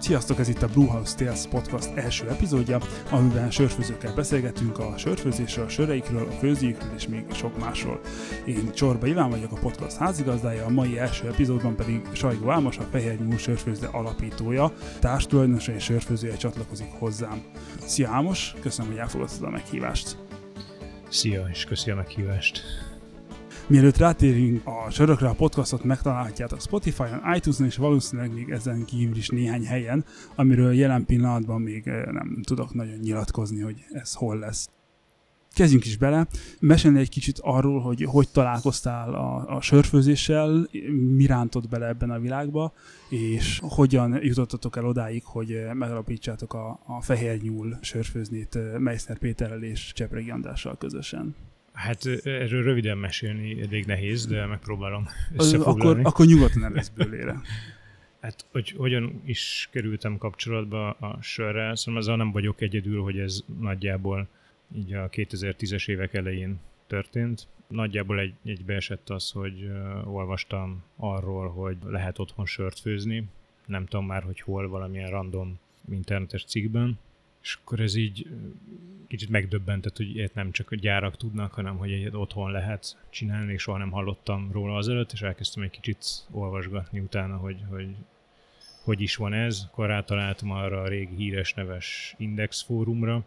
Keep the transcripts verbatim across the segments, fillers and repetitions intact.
Sziasztok, ez itt a Brewhouse Tales podcast első epizódja, amiben sörfőzőkkel beszélgetünk a sörfőzésről, a söreikről, a főzőikről és még sok másról. Én Csorba Iván vagyok, a podcast házigazdája, a mai első epizódban pedig Sajgó Álmos, a Fehér Nyúl Sörfőzde alapítója, társtulajdonosa és sörfőzője csatlakozik hozzám. Szia Álmos, köszönöm, hogy elfogadtad a meghívást. Szia, és köszi a meghívást. Mielőtt rátérünk a sörökre, a podcastot megtalálhatjátok Spotify-on, iTunes-on és valószínűleg még ezen kívül is néhány helyen, amiről jelen pillanatban még nem tudok nagyon nyilatkozni, hogy ez hol lesz. Kezdjünk is bele. Mesélni egy kicsit arról, hogy hogy találkoztál a, a sörfőzéssel, mi rántott bele ebben a világba, és hogyan jutottatok el odáig, hogy megalapítsátok a, a Fehér Nyúl sörfőznét Meissner Péterrel és Csepregi Andrással közösen. Hát erről röviden mesélni elég nehéz, de megpróbálom összefoglalni. Akkor, akkor nyugodtan előszbőlére. Hát, hogy hogyan is kerültem kapcsolatba a sörrel, szóval azzal nem vagyok egyedül, hogy ez nagyjából így a kétezer-tízes évek elején történt. Nagyjából egy, egybeesett az, hogy uh, olvastam arról, hogy lehet otthon sört főzni. Nem tudom már, hogy hol, valamilyen random internetes cikkben. És akkor ez így kicsit megdöbbentett, hogy ilyet nem csak a gyárak tudnak, hanem hogy ilyet otthon lehet csinálni, és soha nem hallottam róla azelőtt, és elkezdtem egy kicsit olvasgatni utána, hogy hogy, hogy is van ez. Akkor rátaláltam arra a régi híres neves Index fórumra,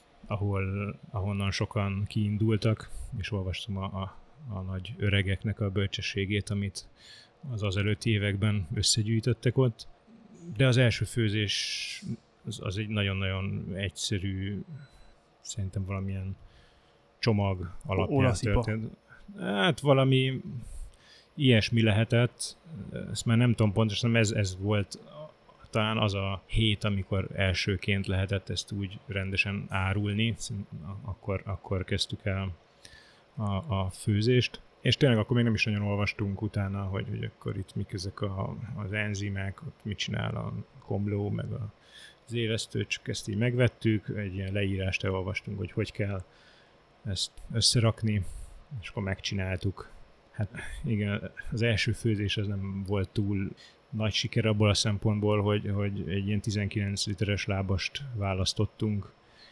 ahol, ahonnan sokan kiindultak, és olvastam a, a, a nagy öregeknek a bölcsességét, amit az az előtti években összegyűjtöttek ott. De az első főzés az, az egy nagyon-nagyon egyszerű, szerintem valamilyen csomag alapján Olaszipa. történt. Hát valami ilyesmi lehetett, ezt már nem tudom pontosan, ez, ez volt talán az a hét, amikor elsőként lehetett ezt úgy rendesen árulni, akkor, akkor kezdtük el a, a főzést. És tényleg akkor még nem is nagyon olvastunk utána, hogy, hogy akkor itt mik ezek a, az enzimek, ott mit csinál a komló, meg a az élesztőt, csak ezt így megvettük, egy ilyen leírást elolvastunk, hogy hogy kell ezt összerakni, és akkor megcsináltuk. Hát igen, az első főzés az nem volt túl nagy siker abból a szempontból, hogy, hogy egy ilyen tizenkilenc literes lábast választottunk,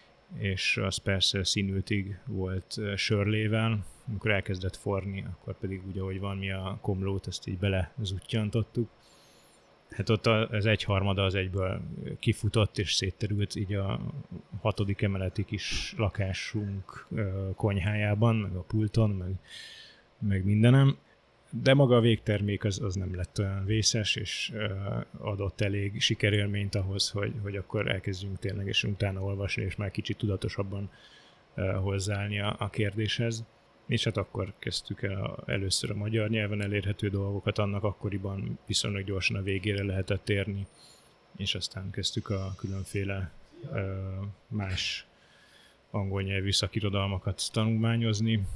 és az persze színültig volt sörlével. Amikor elkezdett forni, akkor pedig úgy, ahogy van, mi a komlót, ezt így bele zuttyantottuk. Hát ott az egyharmada az egyből kifutott és szétterült így a hatodik emeleti kis lakásunk konyhájában, meg a pulton, meg, meg mindenem. De maga a végtermék az, az nem lett olyan vészes, és adott elég sikerélményt ahhoz, hogy, hogy akkor elkezdjünk ténylegesen utána olvasni, és már kicsit tudatosabban hozzáállni a, a kérdéshez. És hát akkor kezdtük el először a magyar nyelven elérhető dolgokat, annak akkoriban viszonylag gyorsan a végére lehetett érni, és aztán kezdtük a különféle ö, más angol nyelvű szakirodalmakat tanulmányozni,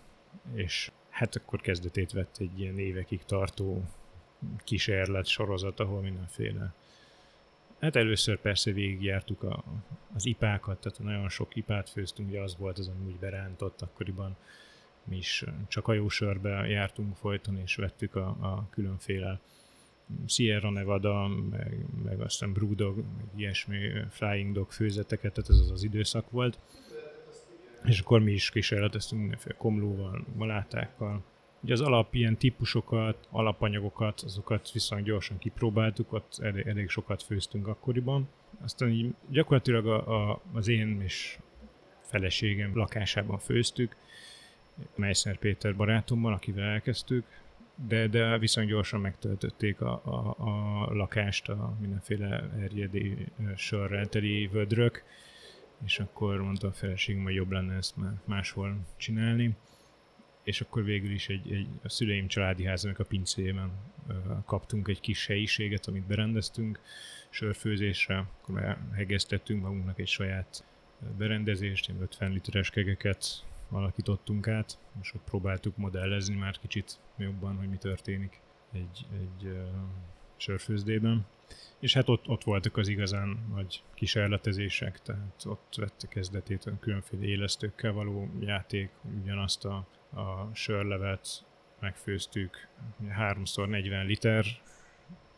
és hát akkor kezdetét vett egy ilyen évekig tartó kísérlet sorozat, ahol mindenféle. Hát először persze végigjártuk a, az ipákat, tehát nagyon sok ipát főztünk, ugye az volt az, ami úgy berántott akkoriban. Mi is csak hajósörbe jártunk folyton, és vettük a, a különféle Sierra Nevada, meg, meg aztán Brewdog, meg ilyesmi Flying Dog főzeteket, tehát ez az az időszak volt. És akkor mi is kísérleteztünk mindenféle komlóval, malátákkal. Ugye az alap ilyen típusokat, alapanyagokat, azokat viszonylag gyorsan kipróbáltuk, ott elég, elég sokat főztünk akkoriban. Aztán így gyakorlatilag a, a, az én és feleségem lakásában főztük, Meissner Péter barátommal, akivel elkezdtük, de, de viszonylag gyorsan megtöltötték a, a, a lakást a mindenféle erjedé sörrel teli vödrök, és akkor mondta a feleségem, hogy jobb lenne ezt már máshol csinálni, és akkor végül is egy, egy, a szüleim családi házának a pincéjében ö, kaptunk egy kis helyiséget, amit berendeztünk sörfőzésre, akkor hegesztettünk magunknak egy saját berendezést, ilyen ötven literes kegeket alakítottunk át, és ott próbáltuk modellezni már kicsit jobban, hogy mi történik egy, egy uh, sörfőzdében. És hát ott, ott voltak az igazán nagy kísérletezések, tehát ott vette kezdetét a különféle élesztőkkel való játék, ugyanazt a, a sörlevet megfőztük háromszor negyven liter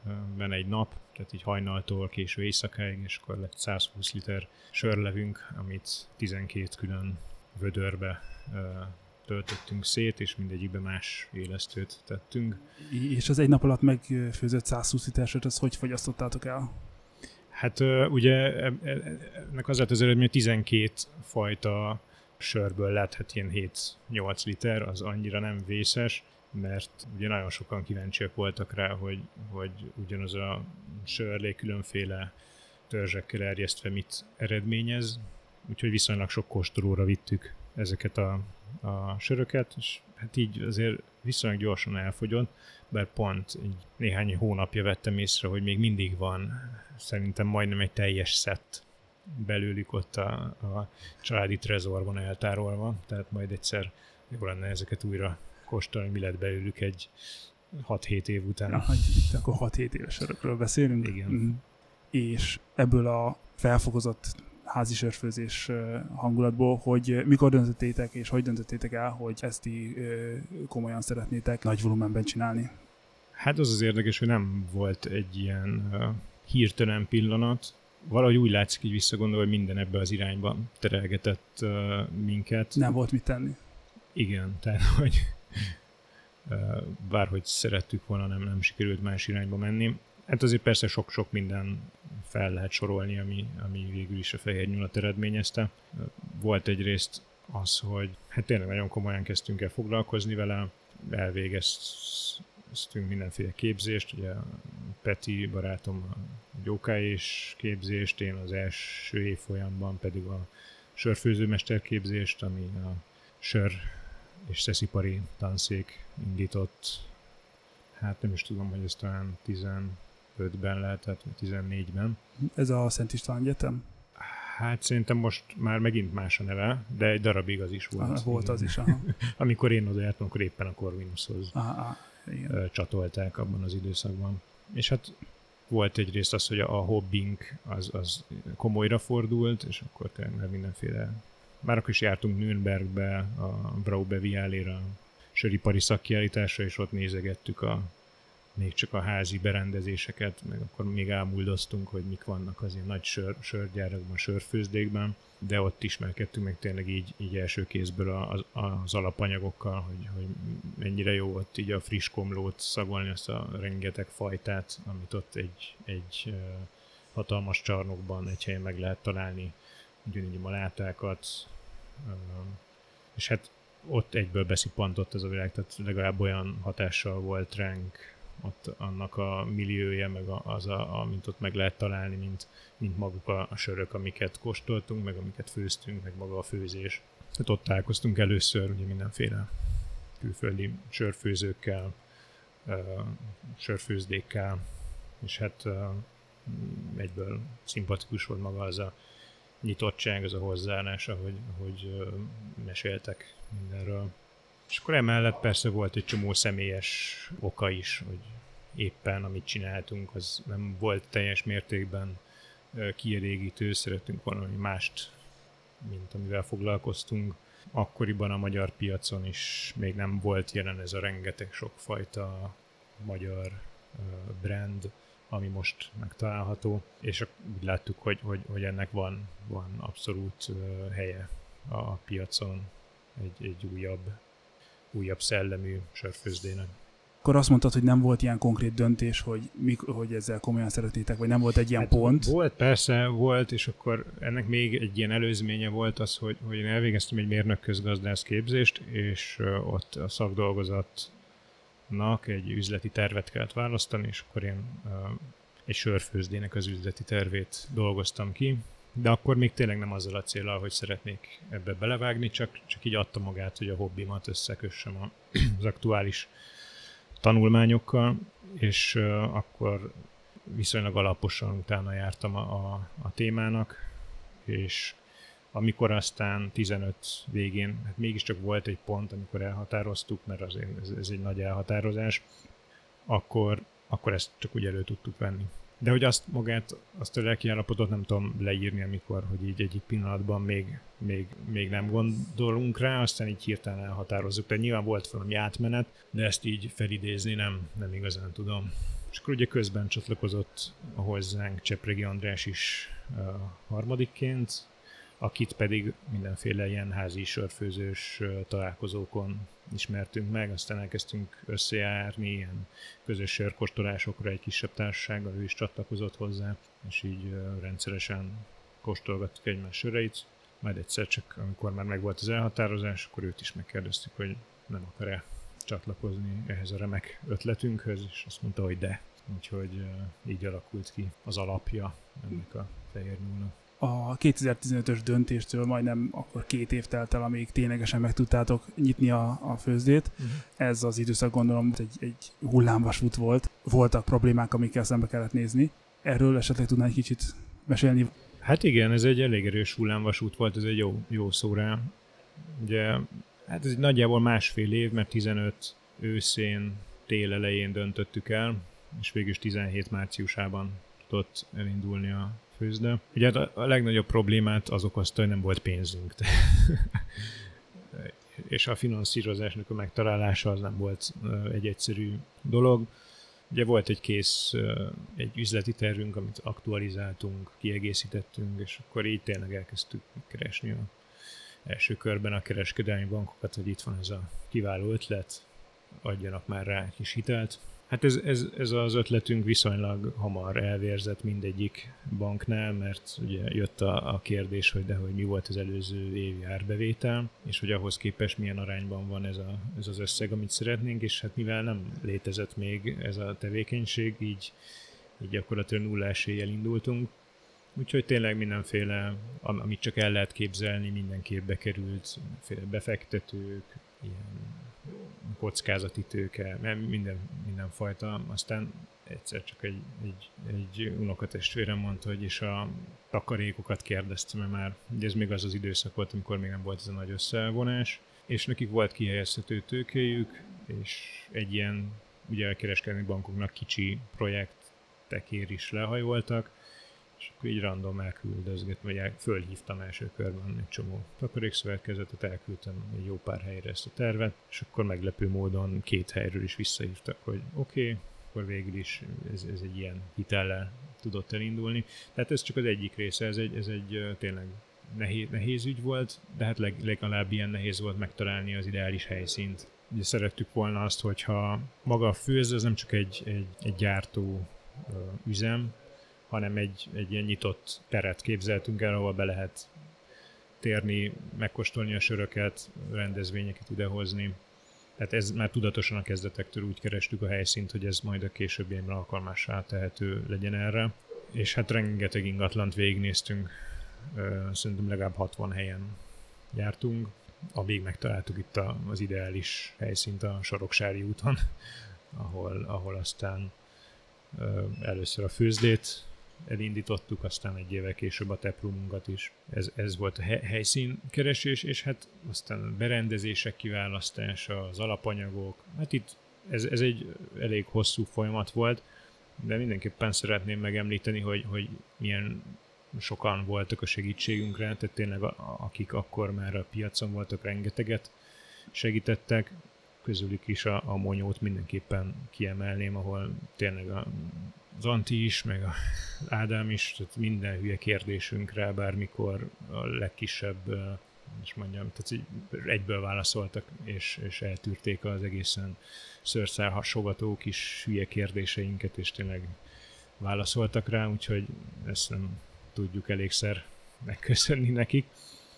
ben egy nap, tehát így hajnaltól késő éjszakáig, és akkor lett százhúsz liter sörlevünk, amit tizenkét külön vödörbe töltöttünk szét, és mindegyikbe más élesztőt tettünk. És az egy nap alatt megfőzött százhúsz liter sört, azt hogy fogyasztottátok el? Hát ugye ennek az lett az eredmény, hogy tizenkét fajta sörből lett, hát ilyen hét-nyolc liter, az annyira nem vészes, mert ugye nagyon sokan kíváncsiak voltak rá, hogy, hogy ugyanaz a sörlé különféle törzsekkel erjesztve mit eredményez, úgyhogy viszonylag sok kóstolóra vittük ezeket a, a söröket, és hát így azért viszonylag gyorsan elfogyott, bár pont így néhány hónapja vettem észre, hogy még mindig van szerintem majdnem egy teljes szett belőlük ott a, a családi trezorban eltárolva, tehát majd egyszer jó lenne ezeket újra kóstolni, mi lett belőlük egy hat-hét év után. Ja, akkor hat-hét éves sörökről beszélünk. Igen. Mm. És ebből a felfokozott házi sörfőzés hangulatból, hogy mikor döntöttétek, és hogy döntöttétek el, hogy ezt így komolyan szeretnétek nagy volumenben csinálni? Hát az az érdekes, hogy nem volt egy ilyen uh, hirtelen pillanat. Valahogy úgy látszik, így visszagondol, hogy minden ebbe az irányba terelgetett uh, minket. Nem volt mit tenni. Igen, tehát hogy uh, bárhogy szerettük volna, nem, nem sikerült más irányba menni. Hát azért persze sok-sok minden fel lehet sorolni, ami, ami végül is a fehér nyulat eredményezte. Volt egyrészt az, hogy hát tényleg nagyon komolyan kezdtünk el foglalkozni vele, elvégeztünk mindenféle képzést, ugye Peti barátom a gyókáés képzést, én az első évfolyamban pedig a sörfőzőmester képzést, ami a sör és szeszipari tanszék indított, hát nem is tudom, hogy ez talán tizenötben lehetett, vagy tizennégyben. Ez a Szent István Egyetem? Hát szerintem most már megint más a neve, de egy darabig az is volt. Aha, volt az is, aha. Amikor én odaértem, akkor éppen a Corvinushoz aha, aha, igen. csatolták abban az időszakban. És hát volt egyrészt az, hogy a hobbink az, az komolyra fordult, és akkor tényleg mindenféle... Már akkor is jártunk Nürnbergbe, a Braube Vialére, söripari szakkiállításra, és ott nézegettük a, még csak a házi berendezéseket, meg akkor még elmuldoztunk, hogy mik vannak az ilyen nagy sör, sörgyárakban, sörfőzdékben, de ott ismerkedtünk meg tényleg így, így első kézből az, az alapanyagokkal, hogy, hogy mennyire jó ott így a friss komlót szagolni, azt a rengeteg fajtát, amit ott egy, egy hatalmas csarnokban egy helyen meg lehet találni, ugyanígy a malátákat, és hát ott egyből beszippantott ez a világ, tehát legalább olyan hatással volt ránk ott annak a milliója, meg az, a, amit ott meg lehet találni, mint, mint maguk a, a sörök, amiket kóstoltunk, meg amiket főztünk, meg maga a főzés. Hát ott találkoztunk először ugye mindenféle külföldi sörfőzőkkel, uh, sörfőzdékkel, és hát uh, egyből szimpatikus volt maga az a nyitottság, az a hozzáállás, ahogy, ahogy uh, meséltek mindenről. És akkor emellett persze volt egy csomó személyes oka is, hogy éppen amit csináltunk, az nem volt teljes mértékben uh, kielégítő, szerettünk valami mást, mint amivel foglalkoztunk. Akkoriban a magyar piacon is még nem volt jelen ez a rengeteg sokfajta magyar uh, brand, ami most megtalálható, és úgy láttuk, hogy, hogy, hogy ennek van, van abszolút uh, helye a piacon egy, egy újabb, újabb szellemű sörfőzdének. Akkor azt mondtad, hogy nem volt ilyen konkrét döntés, hogy, mik, hogy ezzel komolyan szeretnétek, vagy nem volt egy ilyen hát pont? Volt, persze volt, és akkor ennek még egy ilyen előzménye volt az, hogy, hogy én elvégeztem egy mérnök közgazdász képzést, és uh, ott a szakdolgozat egy üzleti tervet kellett választani, és akkor én uh, egy sörfőzdének az üzleti tervét dolgoztam ki, de akkor még tényleg nem azzal a céllal, hogy szeretnék ebbe belevágni, csak, csak így adta magát, hogy a hobbimat összekössem a, az aktuális tanulmányokkal, és uh, akkor viszonylag alaposan utána jártam a, a, a témának, és amikor aztán tizenöt végén, hát mégiscsak volt egy pont, amikor elhatároztuk, mert azért ez, ez egy nagy elhatározás, akkor, akkor ezt csak úgy elő tudtuk venni. De hogy azt magát, azt a lelki állapotot nem tudom leírni, amikor, hogy így egyik pillanatban még, még, még nem gondolunk rá, aztán így hirtelen elhatározzuk. Tehát nyilván volt valami átmenet, de ezt így felidézni nem, nem igazán tudom. És akkor ugye közben csatlakozott hozzánk Csepregi András is uh, harmadikként, akit pedig mindenféle ilyen házi sörfőzős uh, találkozókon ismertünk meg, aztán elkezdtünk összejárni ilyen közös sörkóstolásokra egy kisebb társasággal, ő is csatlakozott hozzá, és így uh, rendszeresen kóstolgattuk egymás söreit. Majd egyszer csak, amikor már megvolt az elhatározás, akkor őt is megkérdeztük, hogy nem akar-e csatlakozni ehhez a remek ötletünkhöz, és azt mondta, hogy de. Úgyhogy uh, így alakult ki az alapja ennek a Fehér Nyúlnak. A kétezer-tizenötös döntéstől majdnem akkor két év telt el, amíg ténylegesen meg tudtátok nyitni a, a főzdét. Uh-huh. Ez az időszak gondolom egy, egy hullámvasút volt. Voltak problémák, amikkel szembe kellett nézni. Erről esetleg tudnál egy kicsit mesélni? Hát igen, ez egy elég erős hullámvasút volt, ez egy jó, jó szó rá. Ugye, hát ez egy nagyjából másfél év, mert tizenöt őszén, tél elején döntöttük el, és végülis tizenhét márciusában tudott elindulni a főzde. Ugye hát a legnagyobb problémát az okozta, hogy nem volt pénzünk. És a finanszírozásnak a megtalálása az nem volt egy egyszerű dolog. Ugye volt egy kész, egy üzleti tervünk, amit aktualizáltunk, kiegészítettünk, és akkor így tényleg elkezdtük keresni a első körben a kereskedelmi bankokat, hogy itt van ez a kiváló ötlet, adjanak már rá egy kis hitelt. Hát ez, ez, ez az ötletünk viszonylag hamar elvérzett mindegyik banknál, mert ugye jött a, a kérdés, hogy de hogy mi volt az előző évi árbevétel, és hogy ahhoz képest milyen arányban van ez, a, ez az összeg, amit szeretnénk, és hát mivel nem létezett még ez a tevékenység, így, így gyakorlatilag nulla eséllyel indultunk. Úgyhogy tényleg mindenféle, amit csak el lehet képzelni, mindenképp bekerült, mindenféle befektetők, ilyen kockázati tőke, minden, mindenfajta. Aztán egyszer csak egy, egy, egy unokatestvérem mondta, hogy és a takarékokat kérdezte, mert már ugye ez még az az időszak volt, amikor még nem volt ez a nagy összevonás, és nekik volt kihelyezhető tőkéjük, és egy ilyen, ugye a kereskedelmi bankoknak kicsi projektekért is lehajoltak, és akkor így random elküldözget, vagy el, fölhívtam első körben egy csomó takarékszövetkezetet, elküldtem egy jó pár helyre ezt a tervet, és akkor meglepő módon két helyről is visszahívtak, hogy oké, okay, akkor végül is ez, ez egy ilyen hitellel tudott elindulni. Tehát ez csak az egyik része, ez egy, ez egy tényleg nehéz, nehéz ügy volt, de hát leg, legalább ilyen nehéz volt megtalálni az ideális helyszínt. Ugye szerettük volna azt, hogyha maga a főző, az nem csak egy, egy, egy gyártó uh, üzem, hanem egy, egy ilyen nyitott teret képzeltünk el, ahol be lehet térni, megkóstolni a söröket, rendezvényeket idehozni. Tehát ez már tudatosan a kezdetektől úgy kerestük a helyszínt, hogy ez majd a későbbiekben alkalmassá tehető legyen erre. És hát rengeteg ingatlant végignéztünk, szerintem legalább hatvan helyen jártunk, amíg megtaláltuk itt az ideális helyszínt a Soroksári úton, ahol, ahol aztán először a főzdét elindítottuk, aztán egy évvel később a taproomunkat is. Ez, ez volt a helyszínkeresés, és hát aztán a berendezések kiválasztása, az alapanyagok. Hát itt ez, ez egy elég hosszú folyamat volt, de mindenképpen szeretném megemlíteni, hogy, hogy milyen sokan voltak a segítségünkre, tehát tényleg a, akik akkor már a piacon voltak, rengeteget segítettek. Közülük is a, a Monyót mindenképpen kiemelném, ahol tényleg a, az Anti is, meg az Ádám is, tehát minden hülye kérdésünkre, bármikor a legkisebb, és mondjam, tehát egyből válaszoltak, és, és eltűrték az egészen szőrszál hasogató kis hülye kérdéseinket, és tényleg válaszoltak rá, úgyhogy ezt nem tudjuk elégszer megköszönni nekik.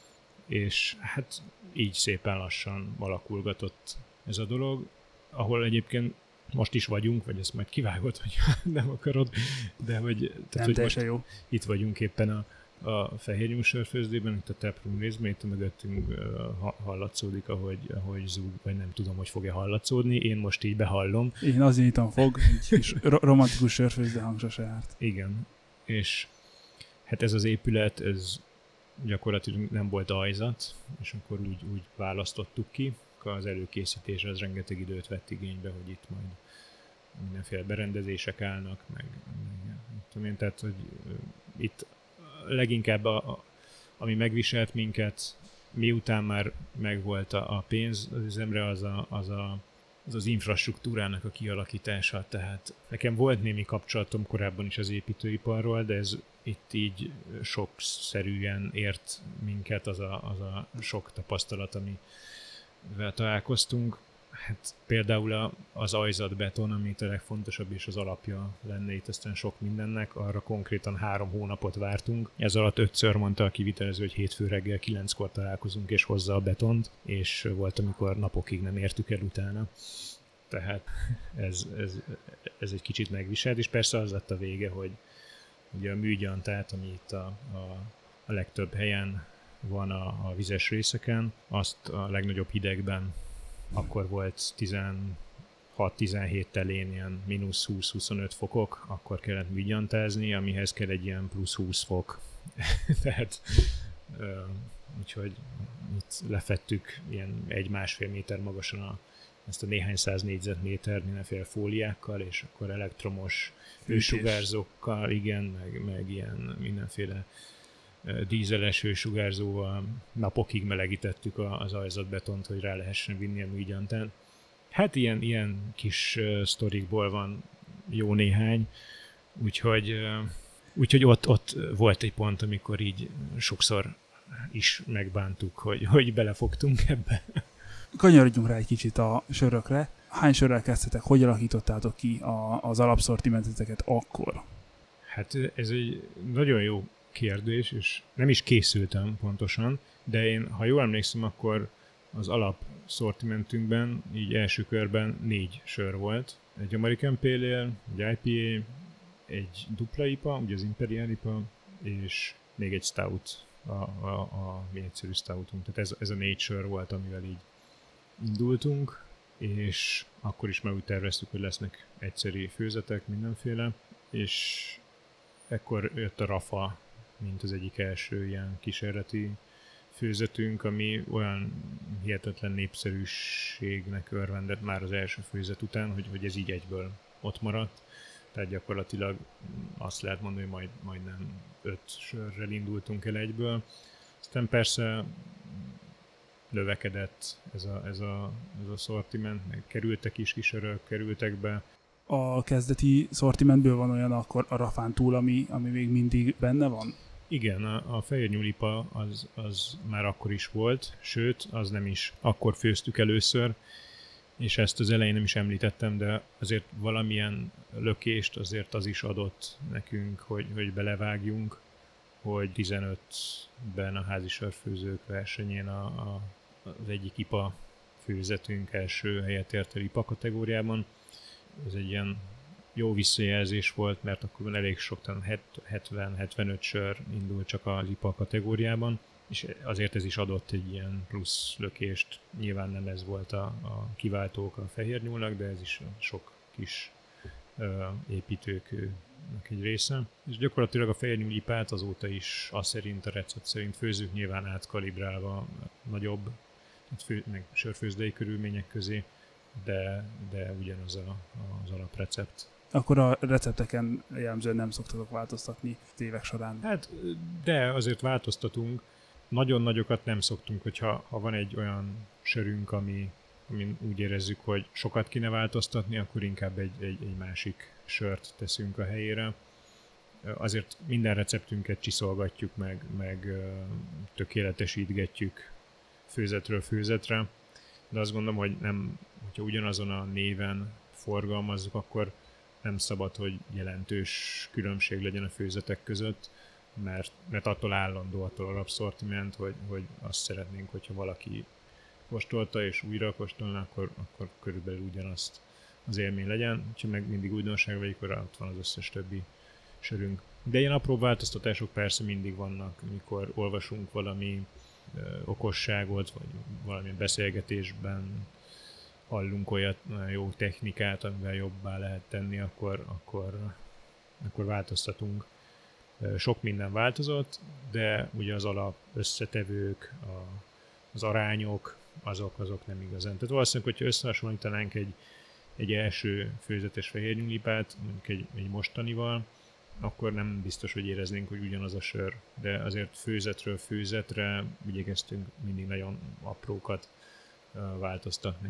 És hát így szépen lassan alakulgatott ez a dolog, ahol egyébként most is vagyunk, vagy ezt majd kivágod, hogy nem akarod, de hogy, tehát, hogy most jó. Itt vagyunk éppen a, a Fehér Nyúl sörfőzdében, itt a taproom részben, itt a mögöttünk uh, hallatszódik, ahogy, ahogy zúg, vagy nem tudom, hogy fog-e hallatszódni, én most így behallom. Én azért nyitom fog, egy kis romantikus sörfőzde hang sose járt. Igen, és hát ez az épület, ez gyakorlatilag nem volt ajzat, és akkor úgy, úgy választottuk ki. Az előkészítés az rengeteg időt vett igénybe, hogy itt majd mindenféle berendezések állnak, meg, meg tudom én, tehát, hogy itt leginkább a, a, ami megviselt minket, miután már megvolt a, a pénz az üzemre, az a, az a az az infrastruktúrának a kialakítása, tehát nekem volt némi kapcsolatom korábban is az építőiparról, de ez itt így sokszerűen ért minket az a, az a sok tapasztalat, amivel találkoztunk. Hát például az ajzatbeton, ami a legfontosabb és az alapja lenne itt aztán sok mindennek, arra konkrétan három hónapot vártunk. Ez alatt ötször mondta a kivitelező, hogy hétfő reggel kilenckor találkozunk és hozza a betont, és volt, amikor napokig nem értük el utána. Tehát ez, ez, ez egy kicsit megviselt, és persze az lett a vége, hogy ugye a műgyantát, ami itt a, a, a legtöbb helyen van a, a vizes részeken, azt a legnagyobb hidegben, akkor volt tizenhat-tizenhét telén ilyen mínusz húsz-huszonöt fokok, akkor kellett műgyantázni, amihez kell egy ilyen plusz húsz fok. Tehát ö, úgyhogy itt lefettük ilyen egy-másfél méter magasan a, ezt a néhány száz négyzetméter mindenféle fóliákkal, és akkor elektromos hősugárzókkal, igen, meg, meg ilyen mindenféle dízeles hősugárzóval napokig melegítettük az ajzatbetont, hogy rá lehessen vinni a műgyantán. Hát ilyen, ilyen kis uh, sztorikból van jó néhány, úgyhogy, uh, úgyhogy ott, ott volt egy pont, amikor így sokszor is megbántuk, hogy, hogy belefogtunk ebbe. Kanyarodjunk rá egy kicsit a sörökre. Hány sörrel kezdtetek, hogy alakítottátok ki a, az alapszortimenteteket akkor? Hát ez egy nagyon jó kérdés, és nem is készültem pontosan, de én, ha jól emlékszem, akkor az alap szortimentünkben így első körben négy sör volt. Egy American Pale Ale, egy i pé á, egy dupla i pé á, ugye az Imperial i pé á, és még egy stout, a, a, a mi egyszerű stoutunk. Tehát ez, ez a négy sör volt, amivel így indultunk, és akkor is már úgy terveztük, hogy lesznek egyszeri főzetek, mindenféle, és ekkor jött a Rafa, mint az egyik első ilyen kísérleti főzetünk, ami olyan hihetetlen népszerűségnek örvendett már az első főzet után, hogy, hogy ez így egyből ott maradt. Tehát gyakorlatilag azt lehet mondani, hogy majd, majdnem öt sörrel indultunk el egyből. Aztán persze növekedett ez a, ez a, ez a szortiment, meg kerültek is kisörök, kerültek be. A kezdeti szortimentből van olyan akkor a Rafán túl, ami, ami még mindig benne van? Igen, a, a fehér nyúlipa az, az már akkor is volt, sőt, az nem is akkor főztük először, és ezt az elején nem is említettem, de azért valamilyen lökést azért az is adott nekünk, hogy, hogy belevágjunk, hogy tizenötben a házi sörfőzők versenyén a, a, az egyik i pé á főzetünk első helyet ért el i pé á kategóriában. Ez egy ilyen jó visszajelzés volt, mert akkor elég sok, talán hetven-hetvenöt sör indult csak az i pé á kategóriában, és azért ez is adott egy ilyen plusz lökést. Nyilván nem ez volt a, a kiváltók a fehér nyúlnak, de ez is sok kis ö, építőkőnek egy része. És gyakorlatilag a fehér nyúl i pé á-t azóta is az szerint, a recept szerint főzzük, nyilván átkalibrálva nagyobb, fő, meg sörfőzdei körülmények közé, de, de ugyanaz a, az alaprecept. Akkor a recepteken jellemzően nem szoktatok változtatni évek során? Hát, de azért változtatunk. Nagyon nagyokat nem szoktunk, hogyha ha van egy olyan sörünk, ami, ami úgy érezzük, hogy sokat kéne változtatni, akkor inkább egy, egy, egy másik sört teszünk a helyére. Azért minden receptünket csiszolgatjuk meg, meg tökéletesítgetjük főzetről főzetre, de azt gondolom, hogy nem, hogyha ugyanazon a néven forgalmazzuk, akkor nem szabad, hogy jelentős különbség legyen a főzetek között, mert, mert attól állandó, attól alapszortiment, hogy, hogy azt szeretnénk, hogyha valaki kóstolta és újra kóstolna, akkor, akkor körülbelül ugyanazt az élmény legyen. Ha meg mindig újdonság vagy, akkor ott van az összes többi sörünk. De ilyen apró változtatások persze mindig vannak, amikor olvasunk valami ö, okosságot, vagy valamilyen beszélgetésben hallunk olyat jó technikát, amivel jobbá lehet tenni, akkor, akkor, akkor változtatunk. Sok minden változott, de ugye az alap összetevők, a, az arányok, azok, azok nem igazán. Tehát valószínűleg, hogyha összehasonlítanánk egy, egy első főzetes fehérnyúlipát, mondjuk egy, egy mostanival, akkor nem biztos, hogy éreznénk, hogy ugyanaz a sör. De azért főzetről főzetre igyekeztünk mindig nagyon aprókat változtatni.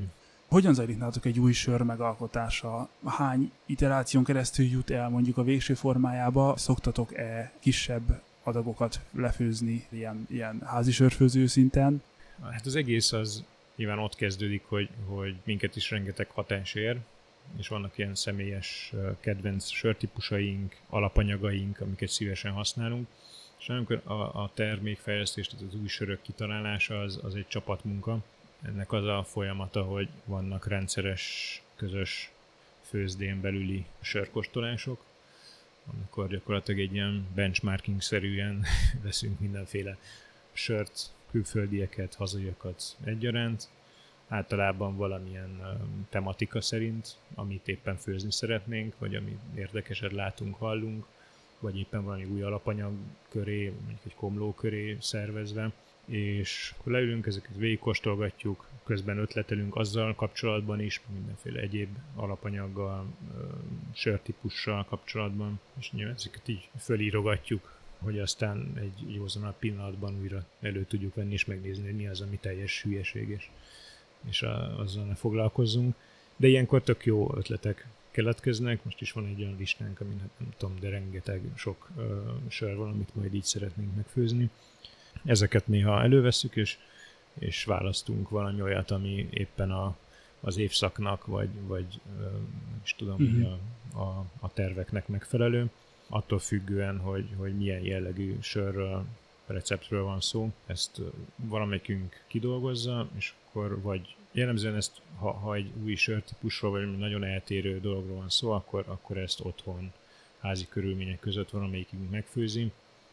Hogyan zajlik nálatok egy új sör megalkotása? Hány iteráción keresztül jut el mondjuk a végső formájába? Szoktatok-e kisebb adagokat lefőzni ilyen, ilyen házi sörfőző szinten? Hát az egész az nyilván ott kezdődik, hogy, hogy minket is rengeteg hatás ér, és vannak ilyen személyes kedvenc sörtípusaink, alapanyagaink, amiket szívesen használunk. És amikor a, a termékfejlesztés, tehát az új sörök kitalálása az, az egy csapatmunka. Ennek az a folyamata, hogy vannak rendszeres, közös főzdén belüli sörkóstolások, amikor gyakorlatilag egy ilyen benchmarking-szerűen veszünk mindenféle sört, külföldieket, hazaiakat egyaránt, általában valamilyen tematika szerint, amit éppen főzni szeretnénk, vagy ami érdekeset látunk, hallunk, vagy éppen valami új alapanyag köré, mondjuk egy komló köré szervezve, és akkor leülünk, ezeket végigkóstolgatjuk, közben ötletelünk azzal kapcsolatban is, mindenféle egyéb alapanyaggal, sörtípussal kapcsolatban, és nyilván ezeket így fölírogatjuk, hogy aztán egy józanabb pillanatban újra elő tudjuk venni és megnézni, hogy mi az, ami teljes hülyeség, és, és a, azzal ne foglalkozzunk. De ilyenkor tök jó ötletek keletkeznek, most is van egy olyan listánk, amin hát nem tudom, de rengeteg sok uh, sör van, amit majd így szeretnénk megfőzni. Ezeket néha elővesszük, és, és választunk valami olyat, ami éppen a, az évszaknak, vagy, vagy uh, is tudom, uh-huh. a, a, a terveknek megfelelő. Attól függően, hogy, hogy milyen jellegű sörről, receptről van szó, ezt valamelyikünk kidolgozza, és akkor vagy jellemzően ezt, ha, ha egy új sörtípusról, vagy nagyon eltérő dologról van szó, akkor, akkor ezt otthon, házi körülmények között valamelyikünk megfőzi.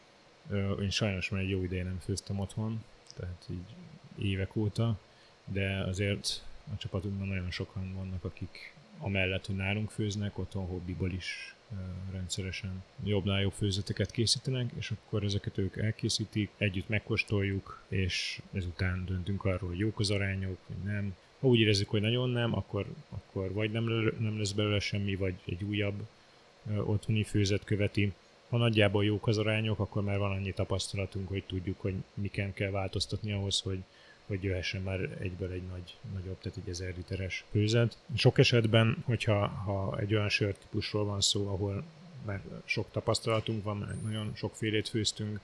Én sajnos már egy jó ideje nem főztem otthon, tehát így évek óta, de azért a csapatunkban nagyon sokan vannak, akik amellett, hogy nálunk főznek, otthon hobbiból is rendszeresen jobbnál jobb főzeteket készítenek, és akkor ezeket ők elkészítik, együtt megkóstoljuk, és ezután döntünk arról, hogy jók az arányok, vagy nem. Ha úgy érezzük, hogy nagyon nem, akkor, akkor vagy nem, nem lesz belőle semmi, vagy egy újabb otthoni főzet követi. Ha nagyjából jók az arányok, akkor már van annyi tapasztalatunk, hogy tudjuk, hogy miken kell változtatni ahhoz, hogy hogy jöhessen már egyből egy nagy, nagyobb, tehát egy ezer literes főzet. Sok esetben, hogyha ha egy olyan sörtípusról van szó, ahol már sok tapasztalatunk van, mert nagyon sokfélét főztünk,